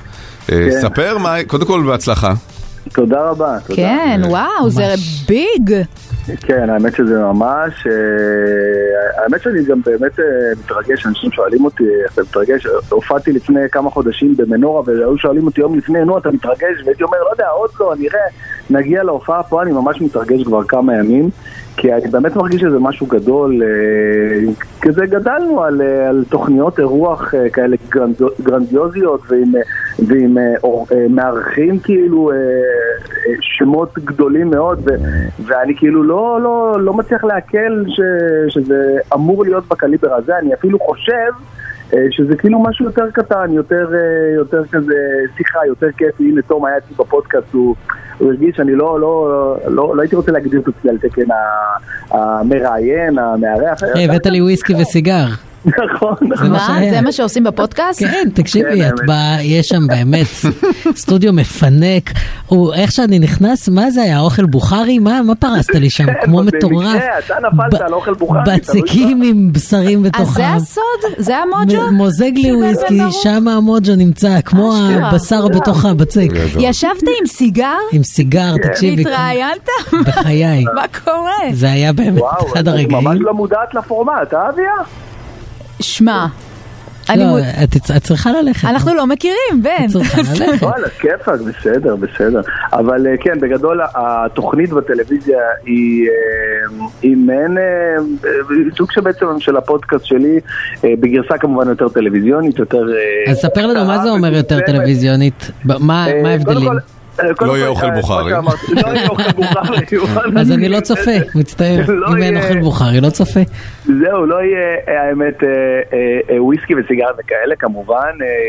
ספר מה, קודם כל בהצלחה. תודה רבה. כן, וואו, זה ביג. כן, האמת שזה ממש, האמת שאני גם באמת מתרגש, אנשים שואלים אותי, אתה מתרגש, הופעתי לפני כמה חודשים במנורה, והיו שואלים אותי יום לפני, נו, אתה מתרגש, והייתי אומר, לא יודע, עוד לא, נראה, נגיע להופעה פה, אני ממש מתרגש כבר כמה ימים, כי אני באמת מרגיש שזה משהו גדול, כזה גדלנו על, על תוכניות אירוח כאלה גרנדיוזיות, ועם, ועם מערכים כאילו, שמות גדולים מאוד, ו, ואני כאילו לא, לא, לא מצליח להקל ש, שזה אמור להיות בקליבר הזה, אני אפילו חושב שזה כאילו משהו יותר קטן, יותר, יותר כזה שיחה, יותר כיפי. הנה תום היה אצלי בפודקאסט, הוא, הוא הרגיש שאני לא, לא, לא, לא הייתי רוצה להגדיר את עצמי על תקן המראיין, המארח. הבאת לי וויסקי וסיגר. נכון. מה? זה מה שעושים בפודקאסט? כן, תקשיבי, את באה, יש שם באמת סטודיו מפנק, איך שאני נכנס, מה זה היה, אוכל בוכרי? מה פרסת לי שם? כמו מטורף. אתה נפלת על אוכל בוכרי. בצקים עם בשרים בתוכם. אז זה הסוד? זה המוג'ו? מוזג לי וויסקי, שם המוג'ו נמצא, כמו הבשר בתוך הבצק. ישבת עם סיגר? עם סיגר, תקשיבי. התראיינת? בחיי. מה קורה? זה היה באמת אחד הרגעים. ממש לא מודעת לפורמט, אה אביה? שמע, לא, את צריכה ללכת. אנחנו לא מכירים, בן. את צריכה ללכת. וואלה, כיפק, בסדר, בסדר. אבל כן, בגדול, התוכנית בטלוויזיה היא מעין סוג שבעצם של הפודקאסט שלי, בגרסה כמובן יותר טלוויזיונית, יותר... אז ספר לנו מה זה אומר יותר טלוויזיונית? מה ההבדלים? לא יהיה אוכל בוכרי. לא יהיה אוכל בוכרי. אז אני לא צופה, מצטער. אם אין אוכל בוכרי, לא צופה. זהו, לא יהיה האמת וויסקי וסיגר וכאלה כמובן.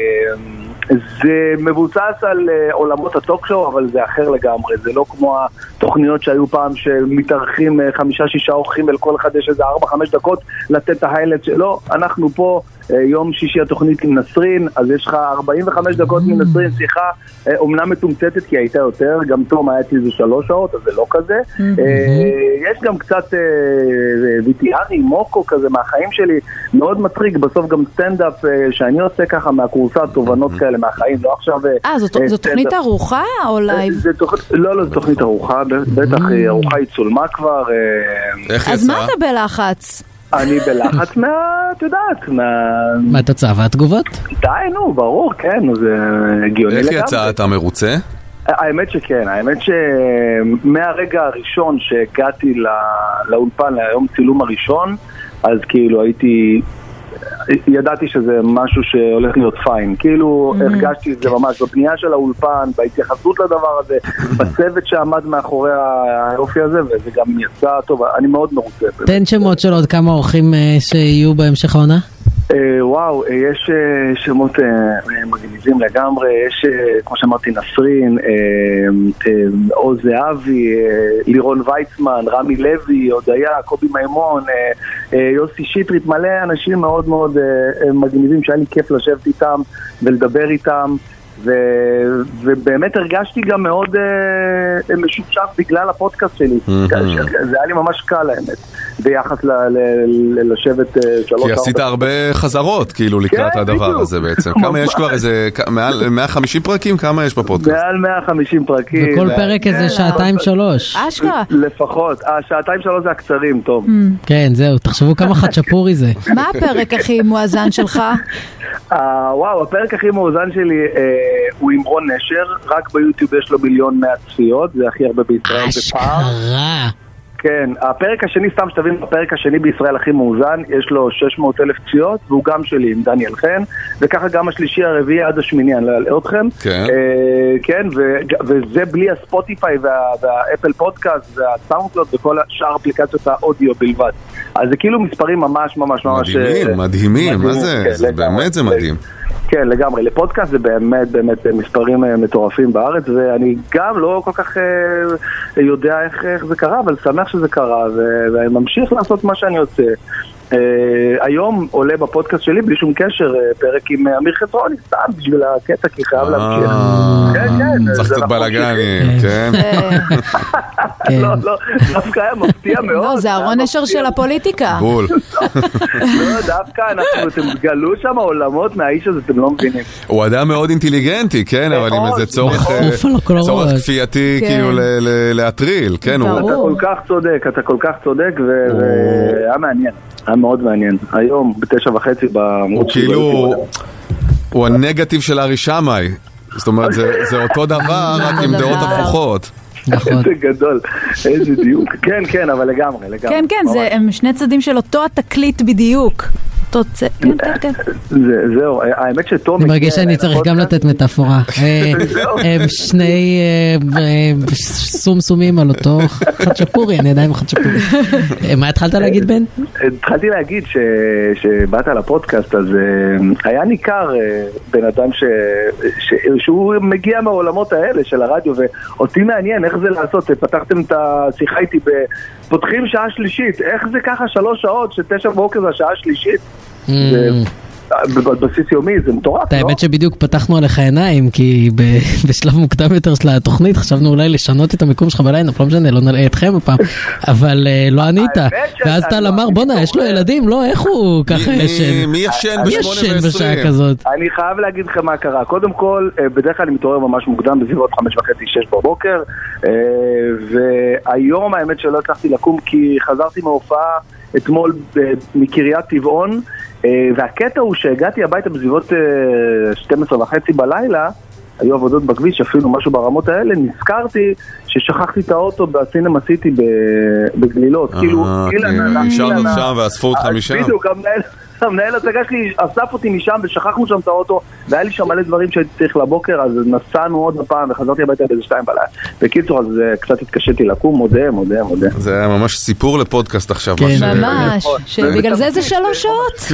זה מבוסס על עולמות הטוק-שואו, אבל זה אחר לגמרי. זה לא כמו התוכניות שהיו פעם שמתארחים חמישה שישה אורחים, ולכל אחד יש איזה ארבע חמש דקות לתת את ההיילט שלו. אנחנו פה יום שישי התוכנית עם נסרין, אז יש לך ארבעים וחמש דקות מנסרין, שיחה אומנם מתומצתת כי הייתה יותר, גם תום היה איזה שלוש שעות, אז זה לא כזה. יש גם קצת ויטיארי, מוקו כזה מהחיים שלי, מאוד מטריק, בסוף גם סטנדאפ שאני עושה ככה מהקורסה, תובנות כאלה מהחיים, לא עכשיו... אה, זו תוכנית ארוחה או לייב? לא, לא, זו תוכנית ארוחה, בטח ארוחה היא צולמה כבר. אז מה אתה בלחץ? אני בלחץ מה, את יודעת, מה... מה התוצאה והתגובות? די, נו, ברור, כן, זה הגיוני לגמרי. איך יצא, אתה מרוצה? האמת שכן, האמת שמהרגע הראשון שהגעתי לאולפן, ליום צילום הראשון, אז כאילו הייתי... ידעתי שזה משהו שהולך להיות פיין, כאילו הרגשתי את זה ממש בבנייה של האולפן, בהתייחסות לדבר הזה, בצוות שעמד מאחורי היופי הזה, וזה גם יצא טוב, אני מאוד מרוצה. תן שמות של עוד כמה אורחים שיהיו בהמשך העונה? וואו, יש שמות מגניבים לגמרי, יש כמו שאמרתי נסרין, עוז זהבי, לירון ויצמן, רמי לוי, הודיה, קובי מימון, יוסי שיטרית, מלא אנשים מאוד מאוד מגניבים שהיה לי כיף לשבת איתם ולדבר איתם, ו... ובאמת הרגשתי גם מאוד uh, משופשף בגלל הפודקאסט שלי. Mm-hmm. זה היה לי ממש קל האמת, ביחס ל... ל... לשבת uh, שלוש... כי עשית הרבה חזרות כאילו לקראת כן, הדבר בדיוק. הזה בעצם. כמה יש כבר איזה, מעל מאה וחמישים פרקים? כמה יש בפודקאסט? מעל מאה וחמישים פרקים. וכל ו... פרק איזה שעתיים שלוש. אשכרה. לפחות. השעתיים שלוש זה הקצרים, טוב. Mm. כן, זהו. תחשבו כמה חצ'פורי זה. מה הפרק הכי מואזן שלך? Uh, וואו, הפרק הכי מאוזן שלי uh, הוא עם רון נשר, רק ביוטיוב יש לו מיליון מאה צפיות, זה הכי הרבה בישראל בפער. אשכרה. כן, הפרק השני, סתם שתבין, הפרק השני בישראל הכי מאוזן, יש לו שש מאות אלף צפיות, והוא גם שלי עם דניאל חן, וככה גם השלישי הרביעי עד השמיני, אני לא אעלה אתכם. כן. Uh, כן, ו- וזה בלי הספוטיפיי וה- והאפל פודקאסט והסאונדקלאוד וכל השאר אפליקציות האודיו בלבד. אז זה כאילו מספרים ממש ממש ממש... מדהימים, מדהימים, מה זה? זה באמת זה מדהים. כן, לגמרי. לפודקאסט זה באמת באמת מספרים מטורפים בארץ, ואני גם לא כל כך יודע איך, איך זה קרה, אבל שמח שזה קרה, ואני ממשיך לעשות מה שאני עושה. היום עולה בפודקאסט שלי בלי שום קשר פרק עם אמיר חצרוני, סתם בשביל הקטע, כי חייב להמשיך. כן, כן. צריך קצת בלגנים, כן. לא, לא, דווקא היה מפתיע מאוד. לא, זה ארון נשר של הפוליטיקה. בול. לא, דווקא אנחנו, אתם תגלו שם עולמות מהאיש הזה, אתם לא מבינים. הוא אדם מאוד אינטליגנטי, כן, אבל עם איזה צורך כפייתי, כאילו, להטריל, כן. אתה כל כך צודק, אתה כל כך צודק, והיה מעניין. היה מאוד מעניין. היום, בתשע וחצי, הוא כאילו, הוא הנגטיב של ארי שמאי. זאת אומרת, זה אותו דבר, רק עם דעות הפוכות. איזה גדול, איזה דיוק. כן, כן, אבל לגמרי, לגמרי. כן, כן, הם שני צדדים של אותו התקליט בדיוק. כן, כן, כן. זהו, האמת שתומי... אני מרגיש שאני צריך גם לתת מטאפורה. הם שני סומסומים על אותו חדשפורי, אני יודע עם חדשפורי. מה התחלת להגיד, בן? התחלתי להגיד שבאת לפודקאסט, אז היה ניכר בן אדם שהוא מגיע מהעולמות האלה של הרדיו, ואותי מעניין איך זה לעשות. פתחתם את השיחה איתי, פותחים שעה שלישית, איך זה ככה שלוש שעות, שתשע בוקר זה השעה שלישית? בבסיס יומי, זה מטורף, לא? האמת שבדיוק פתחנו עליך עיניים, כי בשלב מוקדם יותר של התוכנית חשבנו אולי לשנות את המיקום שלך בליין, לא משנה, לא נראה אתכם הפעם, אבל לא ענית, ואז טל אמר, בונה, יש לו ילדים, לא, איך הוא ככה ישן? מי ישן בשמונה בשעה כזאת? אני חייב להגיד לכם מה קרה. קודם כל, בדרך כלל אני מתעורר ממש מוקדם, בסביבות חמש וחצי, שש בבוקר, והיום האמת שלא הצלחתי לקום, כי חזרתי מההופעה אתמול מקריית טבעון, והקטע הוא שהגעתי הביתה בסביבות שתים עשרה וחצי בלילה, היו עבודות בכביש, אפילו משהו ברמות האלה, נזכרתי ששכחתי את האוטו בסינמה סיטי בגלילות. כאילו, נשארנו שם ואספו אותך משם. בדיוק, המנהל הצגה שלי אסף אותי משם ושכחנו שם את האוטו, והיה לי שם מלא דברים שהייתי צריך לבוקר, אז נסענו עוד פעם וחזרתי הביתה באיזה שתיים בלילה. בקיצור, אז קצת התקשיתי לקום, מודה, מודה, מודה. זה היה ממש סיפור לפודקאסט עכשיו. כן, ממש, שבגלל זה זה שלוש שעות.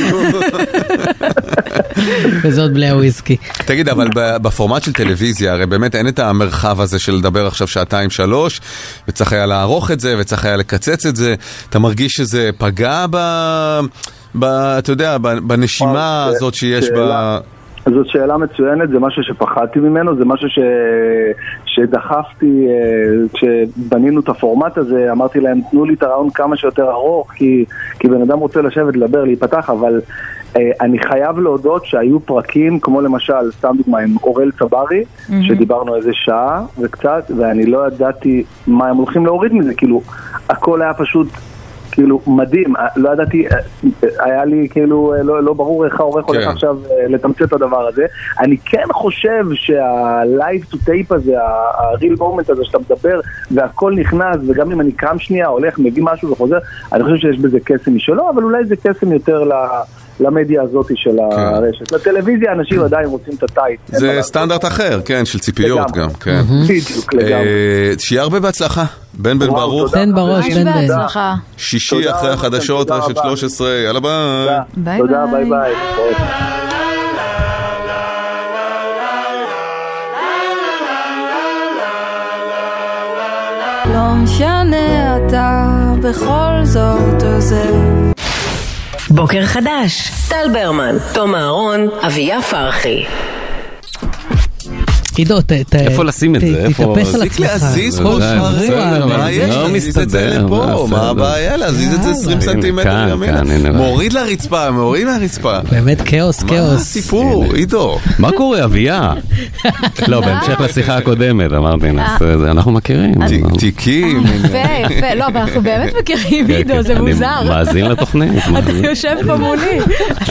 וזאת בלי הוויסקי. תגיד, אבל בפורמט של טלוויזיה, הרי באמת אין את המרחב הזה של לדבר עכשיו שעתיים שלוש, וצריך היה לערוך את זה, וצריך היה לקצץ את זה. אתה מרגיש שזה פגע ב... אתה יודע, בנשימה הזאת שיש בה... זאת שאלה מצוינת, זה משהו שפחדתי ממנו, זה משהו ש... שדחפתי כשבנינו את הפורמט הזה, אמרתי להם, תנו לי את הרעיון כמה שיותר ארוך, כי, כי בן אדם רוצה לשבת, לדבר, להיפתח, אבל אני חייב להודות שהיו פרקים, כמו למשל, סתם דוגמה, עם אורל צברי, mm-hmm. שדיברנו איזה שעה וקצת, ואני לא ידעתי מה הם הולכים להוריד מזה, כאילו, הכל היה פשוט... כאילו מדהים, לא ידעתי, היה לי כאילו לא, לא ברור איך העורך הולך עכשיו לתמצת את הדבר הזה. אני כן חושב שה-live to tape הזה, ה-real moment הזה שאתה מדבר והכל נכנס, וגם אם אני קם שנייה, הולך, מביא משהו וחוזר, אני חושב שיש בזה קסם משלו, אבל אולי זה קסם יותר ל... למדיה הזאת של הרשת. לטלוויזיה אנשים עדיין רוצים את הטייט. זה סטנדרט אחר, כן, של ציפיות גם. בדיוק, לגמרי. שיהיה הרבה בהצלחה. בן בן ברוך. בן בראש, בן בן. שישי אחרי החדשות, רשת שלוש עשרה, יאללה ביי. ביי. תודה, ביי ביי. לא משנה אתה בכל זאת עוזר. בוקר חדש, טל ברמן, תום אהרון, אביה פרחי. עידו, איפה לשים את זה? תתאפס על עצמך. להזיז כל שבוע, מה יש? להזיז את זה לפה, מה הבעיה? להזיז את זה עשרים סנטימטר ימינה. מוריד לרצפה, מוריד לרצפה. באמת כאוס, כאוס. מה הסיפור, עידו? מה קורה, אביה? לא, בהמשך לשיחה הקודמת, אמרתי, אנחנו מכירים. תיקים. יפה, יפה. לא, אבל אנחנו באמת מכירים, עידו, זה מוזר. אני מאזין לתוכנית. אתה יושב פה מולי.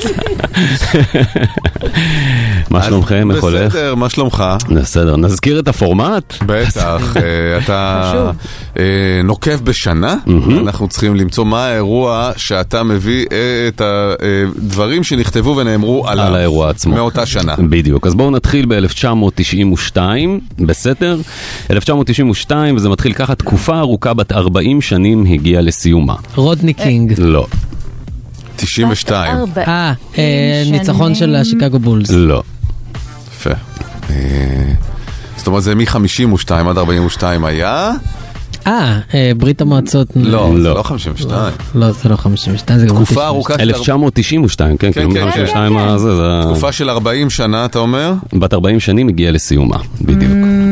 מה שלומכם? איך הולך? בסדר, מה שלומך? בסדר, נזכיר את הפורמט? בטח, אתה נוקב בשנה, אנחנו צריכים למצוא מה האירוע שאתה מביא את הדברים שנכתבו ונאמרו על האירוע עצמו. מאותה שנה. בדיוק, אז בואו נתחיל ב-אלף תשע מאות תשעים ושתיים, בסדר? אלף תשע מאות תשעים ושתיים, וזה מתחיל ככה, תקופה ארוכה בת ארבעים שנים הגיעה לסיומה. רודני קינג. לא. תשעים ושתיים. אה, ניצחון של השיקגו בולס. לא. יפה. זאת אומרת, זה מ-חמישים ושתיים עד ארבעים ושתיים היה? אה, ברית המועצות. לא, זה לא חמישים ושתיים. לא, זה לא חמישים ושתיים, זה גם תקופה ארוכה של... אלף תשע מאות תשעים ושתיים, כן, כאילו מ-חמישים ושתיים הזה, זה... תקופה של ארבעים שנה, אתה אומר? בת ארבעים שנים הגיעה לסיומה, בדיוק.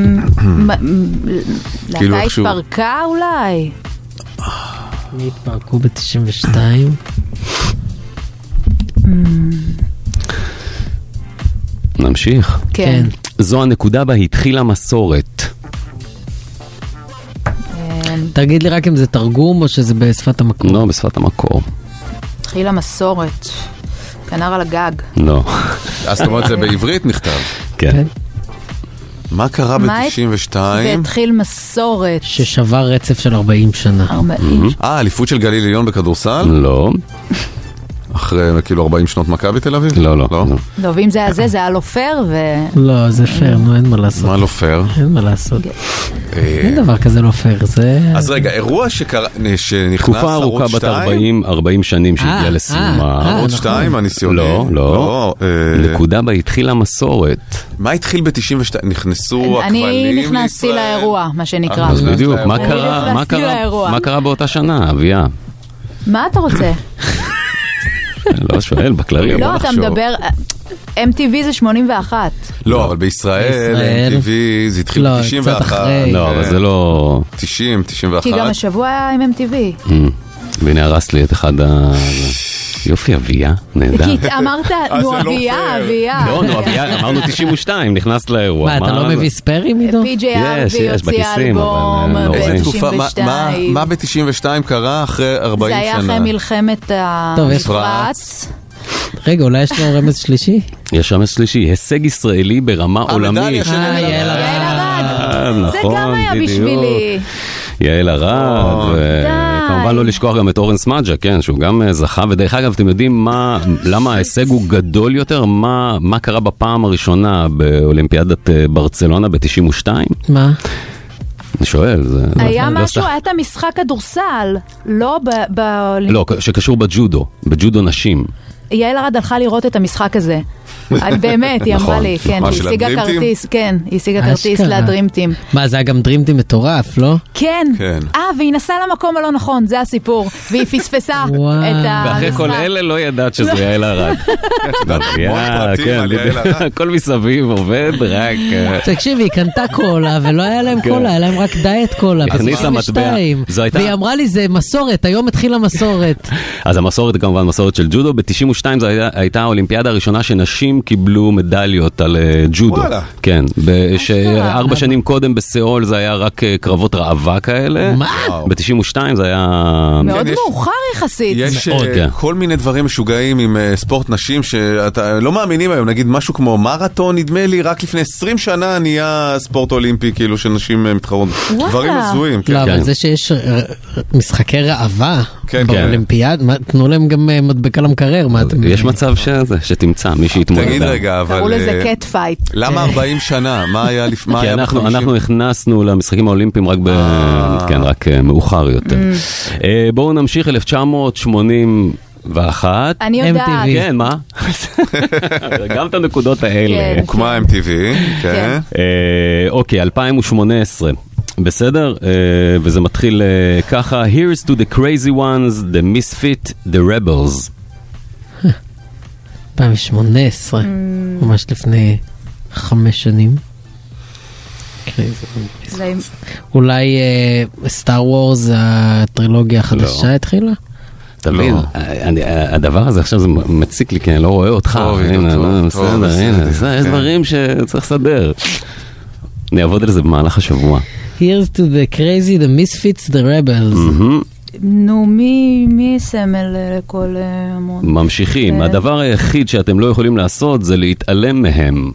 להקה התפרקה אולי? מי התפרקו ב-תשעים ושתיים? נמשיך. כן. זו הנקודה בה התחילה מסורת. תגיד לי רק אם זה תרגום או שזה בשפת המקור. לא, בשפת המקור. התחילה מסורת. כנר על הגג. לא. אז זאת אומרת, זה בעברית נכתב. כן. מה קרה ב-תשעים ושתיים? והתחיל מסורת. ששבר רצף של ארבעים שנה. ארבעים. אה, אליפות של גליל עליון בכדורסל? לא. אחרי כאילו ארבעים שנות מכבי תל אביב? לא, לא. לא, ואם זה היה זה, זה היה לא פייר ו... לא, זה פייר, נו, אין מה לעשות. מה לא פייר? אין מה לעשות. אין דבר כזה לא פייר, זה... אז רגע, אירוע שנכנס תקופה ארוכה בת ארבעים שנים שהגיעה לסיומה. ערוץ שתיים, הניסיוני? לא, לא. נקודה בה התחילה מסורת. מה התחיל ב-תשעים ושתיים? נכנסו הכבלים לישראל? אני נכנסתי לאירוע, מה שנקרא. אז בדיוק, מה קרה באותה שנה, אביה? מה אתה רוצה? לא שואל, בכללי. לא, אתה מדבר... אם טי וי זה שמונים ואחת. לא, אבל בישראל אם טי וי זה התחיל ב-תשעים ואחת. לא, אבל זה לא... תשעים, תשעים ואחת. כי גם השבוע היה עם אם טי וי. והנה הרס לי את אחד ה... יופי, אביה, נהדר. כי אמרת, נו אביה, אביה. לא, נו אביה, אמרנו תשעים ושתיים, נכנסת לאירוע. מה, אתה לא מביא ספיירים, עידו? פי ג'יי ארווי הוציא אלבום ב-תשעים ושתיים. מה ב-תשעים ושתיים קרה אחרי ארבעים שנה? זה היה אחרי מלחמת המפרץ. רגע, אולי יש לו רמז שלישי? יש רמז שלישי, הישג ישראלי ברמה עולמית. אה, יעל ארד. זה גם היה בשבילי. יעל ארד, וכמובן לא לשכוח גם את אורן סמאג'ה, כן, שהוא גם זכה, ודרך אגב, אתם יודעים למה ההישג הוא גדול יותר? מה קרה בפעם הראשונה באולימפיאדת ברצלונה ב-תשעים ושתיים? מה? אני שואל, זה... היה משהו, היה את המשחק כדורסל, לא באולימפיאדה. לא, שקשור בג'ודו, בג'ודו נשים. יעל ארד הלכה לראות את המשחק הזה. באמת, היא אמרה לי, כן, היא השיגה כרטיס, כן, היא השיגה כרטיס לדרימטים. מה, זה היה גם דרימטים מטורף, לא? כן. אה, והיא נסעה למקום הלא נכון, זה הסיפור. והיא פספסה את המשחק. ואחרי כל אלה לא ידעת שזה יעל ארד. הכל מסביב עובד, רק... תקשיב, היא קנתה קולה, ולא היה להם קולה, היה להם רק דיאט קולה. הכניסה מטבע. והיא אמרה לי, זה מסורת, היום התחילה מסורת. אז המסורת היא כמובן מסורת של ג'ודו. ב-תשעים ושתיים זו הייתה האולימפיאדה הראשונה שנשים קיבלו מדליות על ג'ודו. כן, שארבע שנים קודם בסיאול זה היה רק קרבות ראווה כאלה. ב-תשעים ושתיים זה היה... מאוד מאוחר יחסית. יש כל מיני דברים משוגעים עם ספורט נשים שאתה לא מאמינים היום, נגיד משהו כמו מרתון, נדמה לי, רק לפני עשרים שנה נהיה ספורט אולימפי, כאילו שנשים מתחרות. דברים הזויים. לא, אבל זה שיש משחקי ראווה באולימפיאד, תנו להם גם מדבקה למקרר. יש מצב שזה, שתמצא, מי שיתמודד. תגיד רגע, אבל... קראו לזה קט פייט. למה ארבעים שנה? מה היה לפני? כי אנחנו הכנסנו למשחקים האולימפיים רק רק מאוחר יותר. בואו נמשיך, אלף תשע מאות שמונים ואחת. אני יודעת. כן, מה? גם את הנקודות האלה. הוקמה אם טי וי, כן. אוקיי, אלפיים ושמונה עשרה. בסדר? וזה מתחיל ככה. Here's to the crazy ones, the misfit, the rebels. אלפיים ושמונה עשרה, ממש לפני חמש שנים. אולי סטאר וורס, הטרילוגיה החדשה התחילה? תבין, הדבר הזה עכשיו זה מציק לי, כי אני לא רואה אותך. בסדר, הנה, יש דברים שצריך לסדר. אני אעבוד על זה במהלך השבוע. Here's to the crazy, the misfits, the rebels. נו, מי סמל לכל המון? ממשיכים. הדבר היחיד שאתם לא יכולים לעשות זה להתעלם מהם.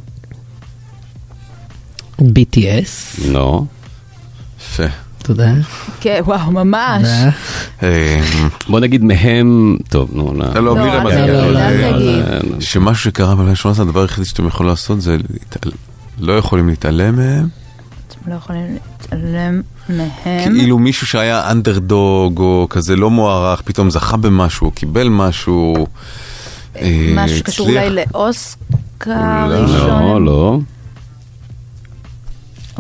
בי טי אס? לא. יפה. תודה. כן, וואו, ממש. בוא נגיד מהם, טוב, נו, לא. לא, מירם, שמשהו שקרה ב-אלפיים ושמונה עשרה, הדבר היחיד שאתם יכולים לעשות זה לא יכולים להתעלם מהם. לא יכולים להתעלם מהם. כאילו מישהו שהיה אנדרדוג או כזה לא מוערך, פתאום זכה במשהו, קיבל משהו. משהו שקשור אולי לאוסקר ראשון. לא, לא.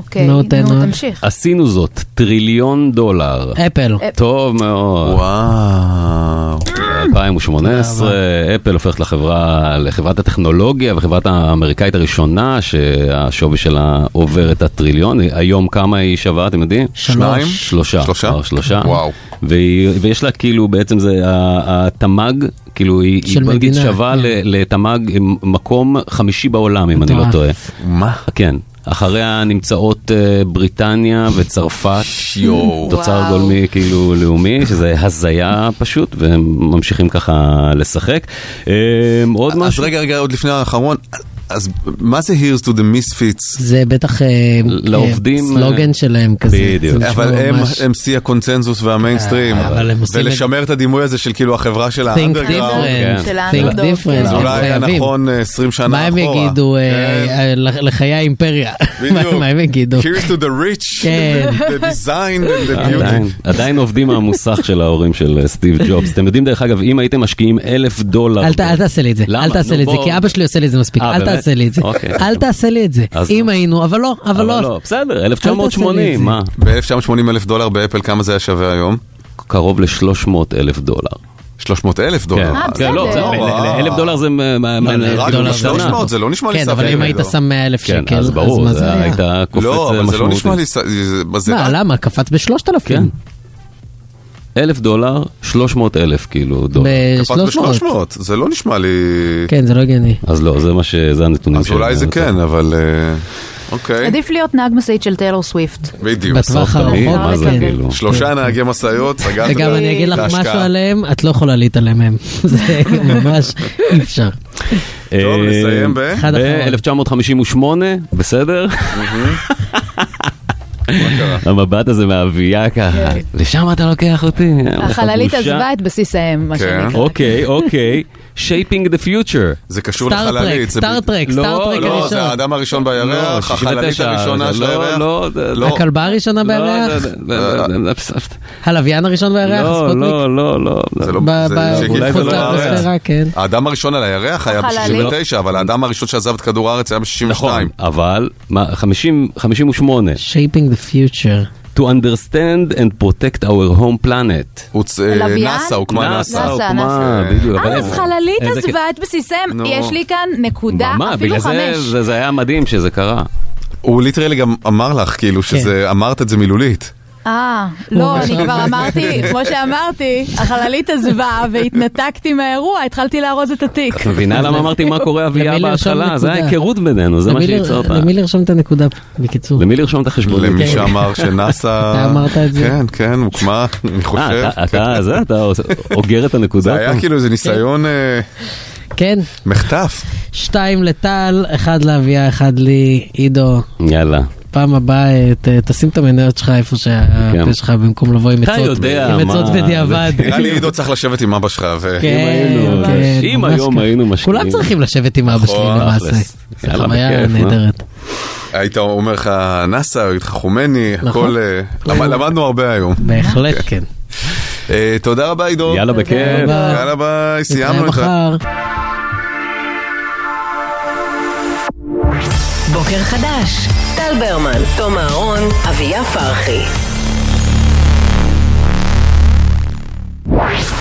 אוקיי, נו, תן, נו. תמשיך. עשינו זאת, טריליון דולר. אפל. טוב מאוד. וואו. אלפיים ושמונה עשרה, אפל הופכת לחברה, לחברת הטכנולוגיה וחברת האמריקאית הראשונה שהשווי שלה עובר את הטריליון. היום כמה היא שווה, אתם יודעים? שניים? שלושה. שלושה? שלושה. וואו. ויש לה כאילו בעצם זה התמ"ג, כאילו היא בלגית שווה לתמ"ג מקום חמישי בעולם, אם אני לא טועה. מה? כן. אחריה נמצאות בריטניה וצרפת, תוצר גולמי כאילו לאומי, שזה הזיה פשוט, והם ממשיכים ככה לשחק. עוד משהו? אז רגע, רגע, עוד לפני האחרון, אז מה זה Here's to the Misfits? זה בטח לעובדים, סלוגן שלהם כזה. בדיוק. אבל הם שיא הקונצנזוס והמיינסטרים, ולשמר את הדימוי הזה של כאילו החברה של האנדרגראונד. Think different. זה אולי היה נכון עשרים שנה אחורה. מה הם יגידו לחיי האימפריה? מה הם יגידו? Here's to the rich, the design and the beauty. עדיין עובדים מהמוסך של ההורים של סטיב ג'ובס. אתם יודעים דרך אגב, אם הייתם משקיעים אלף דולר... אל תעשה לי את זה, אל תעשה לי את זה, כי אבא שלי עושה לי את זה מספיק. אל תעשה לי את זה. אל תעשה לי את זה. אם היינו, אבל לא, אבל לא. בסדר, אלף תשע מאות שמונים, מה? ב-אלף תשע מאות שמונים אלף דולר באפל, כמה זה היה שווה היום? קרוב ל-שלוש מאות אלף דולר. שלוש מאות אלף דולר? כן, לא, אלף דולר זה... שלוש מאות, זה לא נשמע לי סביר. כן, אבל אם היית שם מאה אלף שקל, כן, אז ברור, זה הייתה קופץ לא, אבל זה לא נשמע לי... מה, למה? קפץ בשלושת אלפים. אלף דולר, שלוש מאות אלף כאילו דולר. קפץ ב-שלוש מאות, זה לא נשמע לי... כן, זה לא הגיוני. אז לא, זה מה ש... זה הנתונים אז אולי זה כן, אבל... אוקיי. עדיף להיות נהג משאית של טיילור סוויפט. בדיוק. בטווח הרחוק, כן. שלושה נהגי משאיות, סגרת וגם אני אגיד לך משהו עליהם, את לא יכולה להתעלם מהם. זה ממש אי אפשר. טוב, נסיים ב... ב-אלף תשע מאות חמישים ושמונה, בסדר? המבט הזה מהאבייה ככה, לשם אתה לוקח אותי. החללית עזבה את בסיס האם, מה שנקרא. אוקיי, אוקיי. Shaping the Future. זה קשור לחללית. סטארטרק, סטארטרק הראשון. לא, זה האדם הראשון בירח, החללית הראשונה של הירח. הכלבה הראשונה בירח? הלוויין הראשון בירח? לא, לא, לא, לא. אולי זה לא הארץ. האדם הראשון על הירח היה ב-שישים ותשע, אבל האדם הראשון שעזב את כדור הארץ היה ב-שישים ושתיים. נכון, אבל חמישים ושמונה. Shaping the Future. To understand and protect our home planet. נאסא, הוקמה נאסא. אז חללית עזבה את בסיסם, יש לי כאן נקודה, אפילו חמש. זה היה מדהים שזה קרה. הוא ליטרלי גם אמר לך, כאילו, שאמרת את זה מילולית. אה, לא, אני כבר אמרתי, כמו שאמרתי, החללית עזבה והתנתקתי מהאירוע, התחלתי לארוז את התיק. את מבינה למה אמרתי מה קורה אביה בהתחלה? זה היה היכרות בינינו, זה מה שיצר אותה. למי לרשום את הנקודה, בקיצור? למי לרשום את החשבון? למי שאמר שנאסא... אתה אמרת את זה? כן, כן, הוקמה, אני חושב. אתה, זה, אתה אוגר את הנקודה. זה היה כאילו איזה ניסיון... כן. מחטף. שתיים לטל, אחד לאביה, אחד לי, עידו. יאללה. פעם הבאה, תשים את המניות שלך איפה שהפה שלך, במקום לבוא עם עצות בדיעבד. נראה לי עידו צריך לשבת עם אבא שלך. אם היום היינו משקיעים. כולם צריכים לשבת עם אבא שלי למעשה. זה חוויה נהדרת. היית אומר לך נאסא, היית לך חומני, הכל... למדנו הרבה היום. בהחלט כן. תודה רבה עידו. יאללה בכיף. יאללה ביי, סיימנו לך. בוקר חדש, טל ברמן, תום אהרון, אביה פרחי.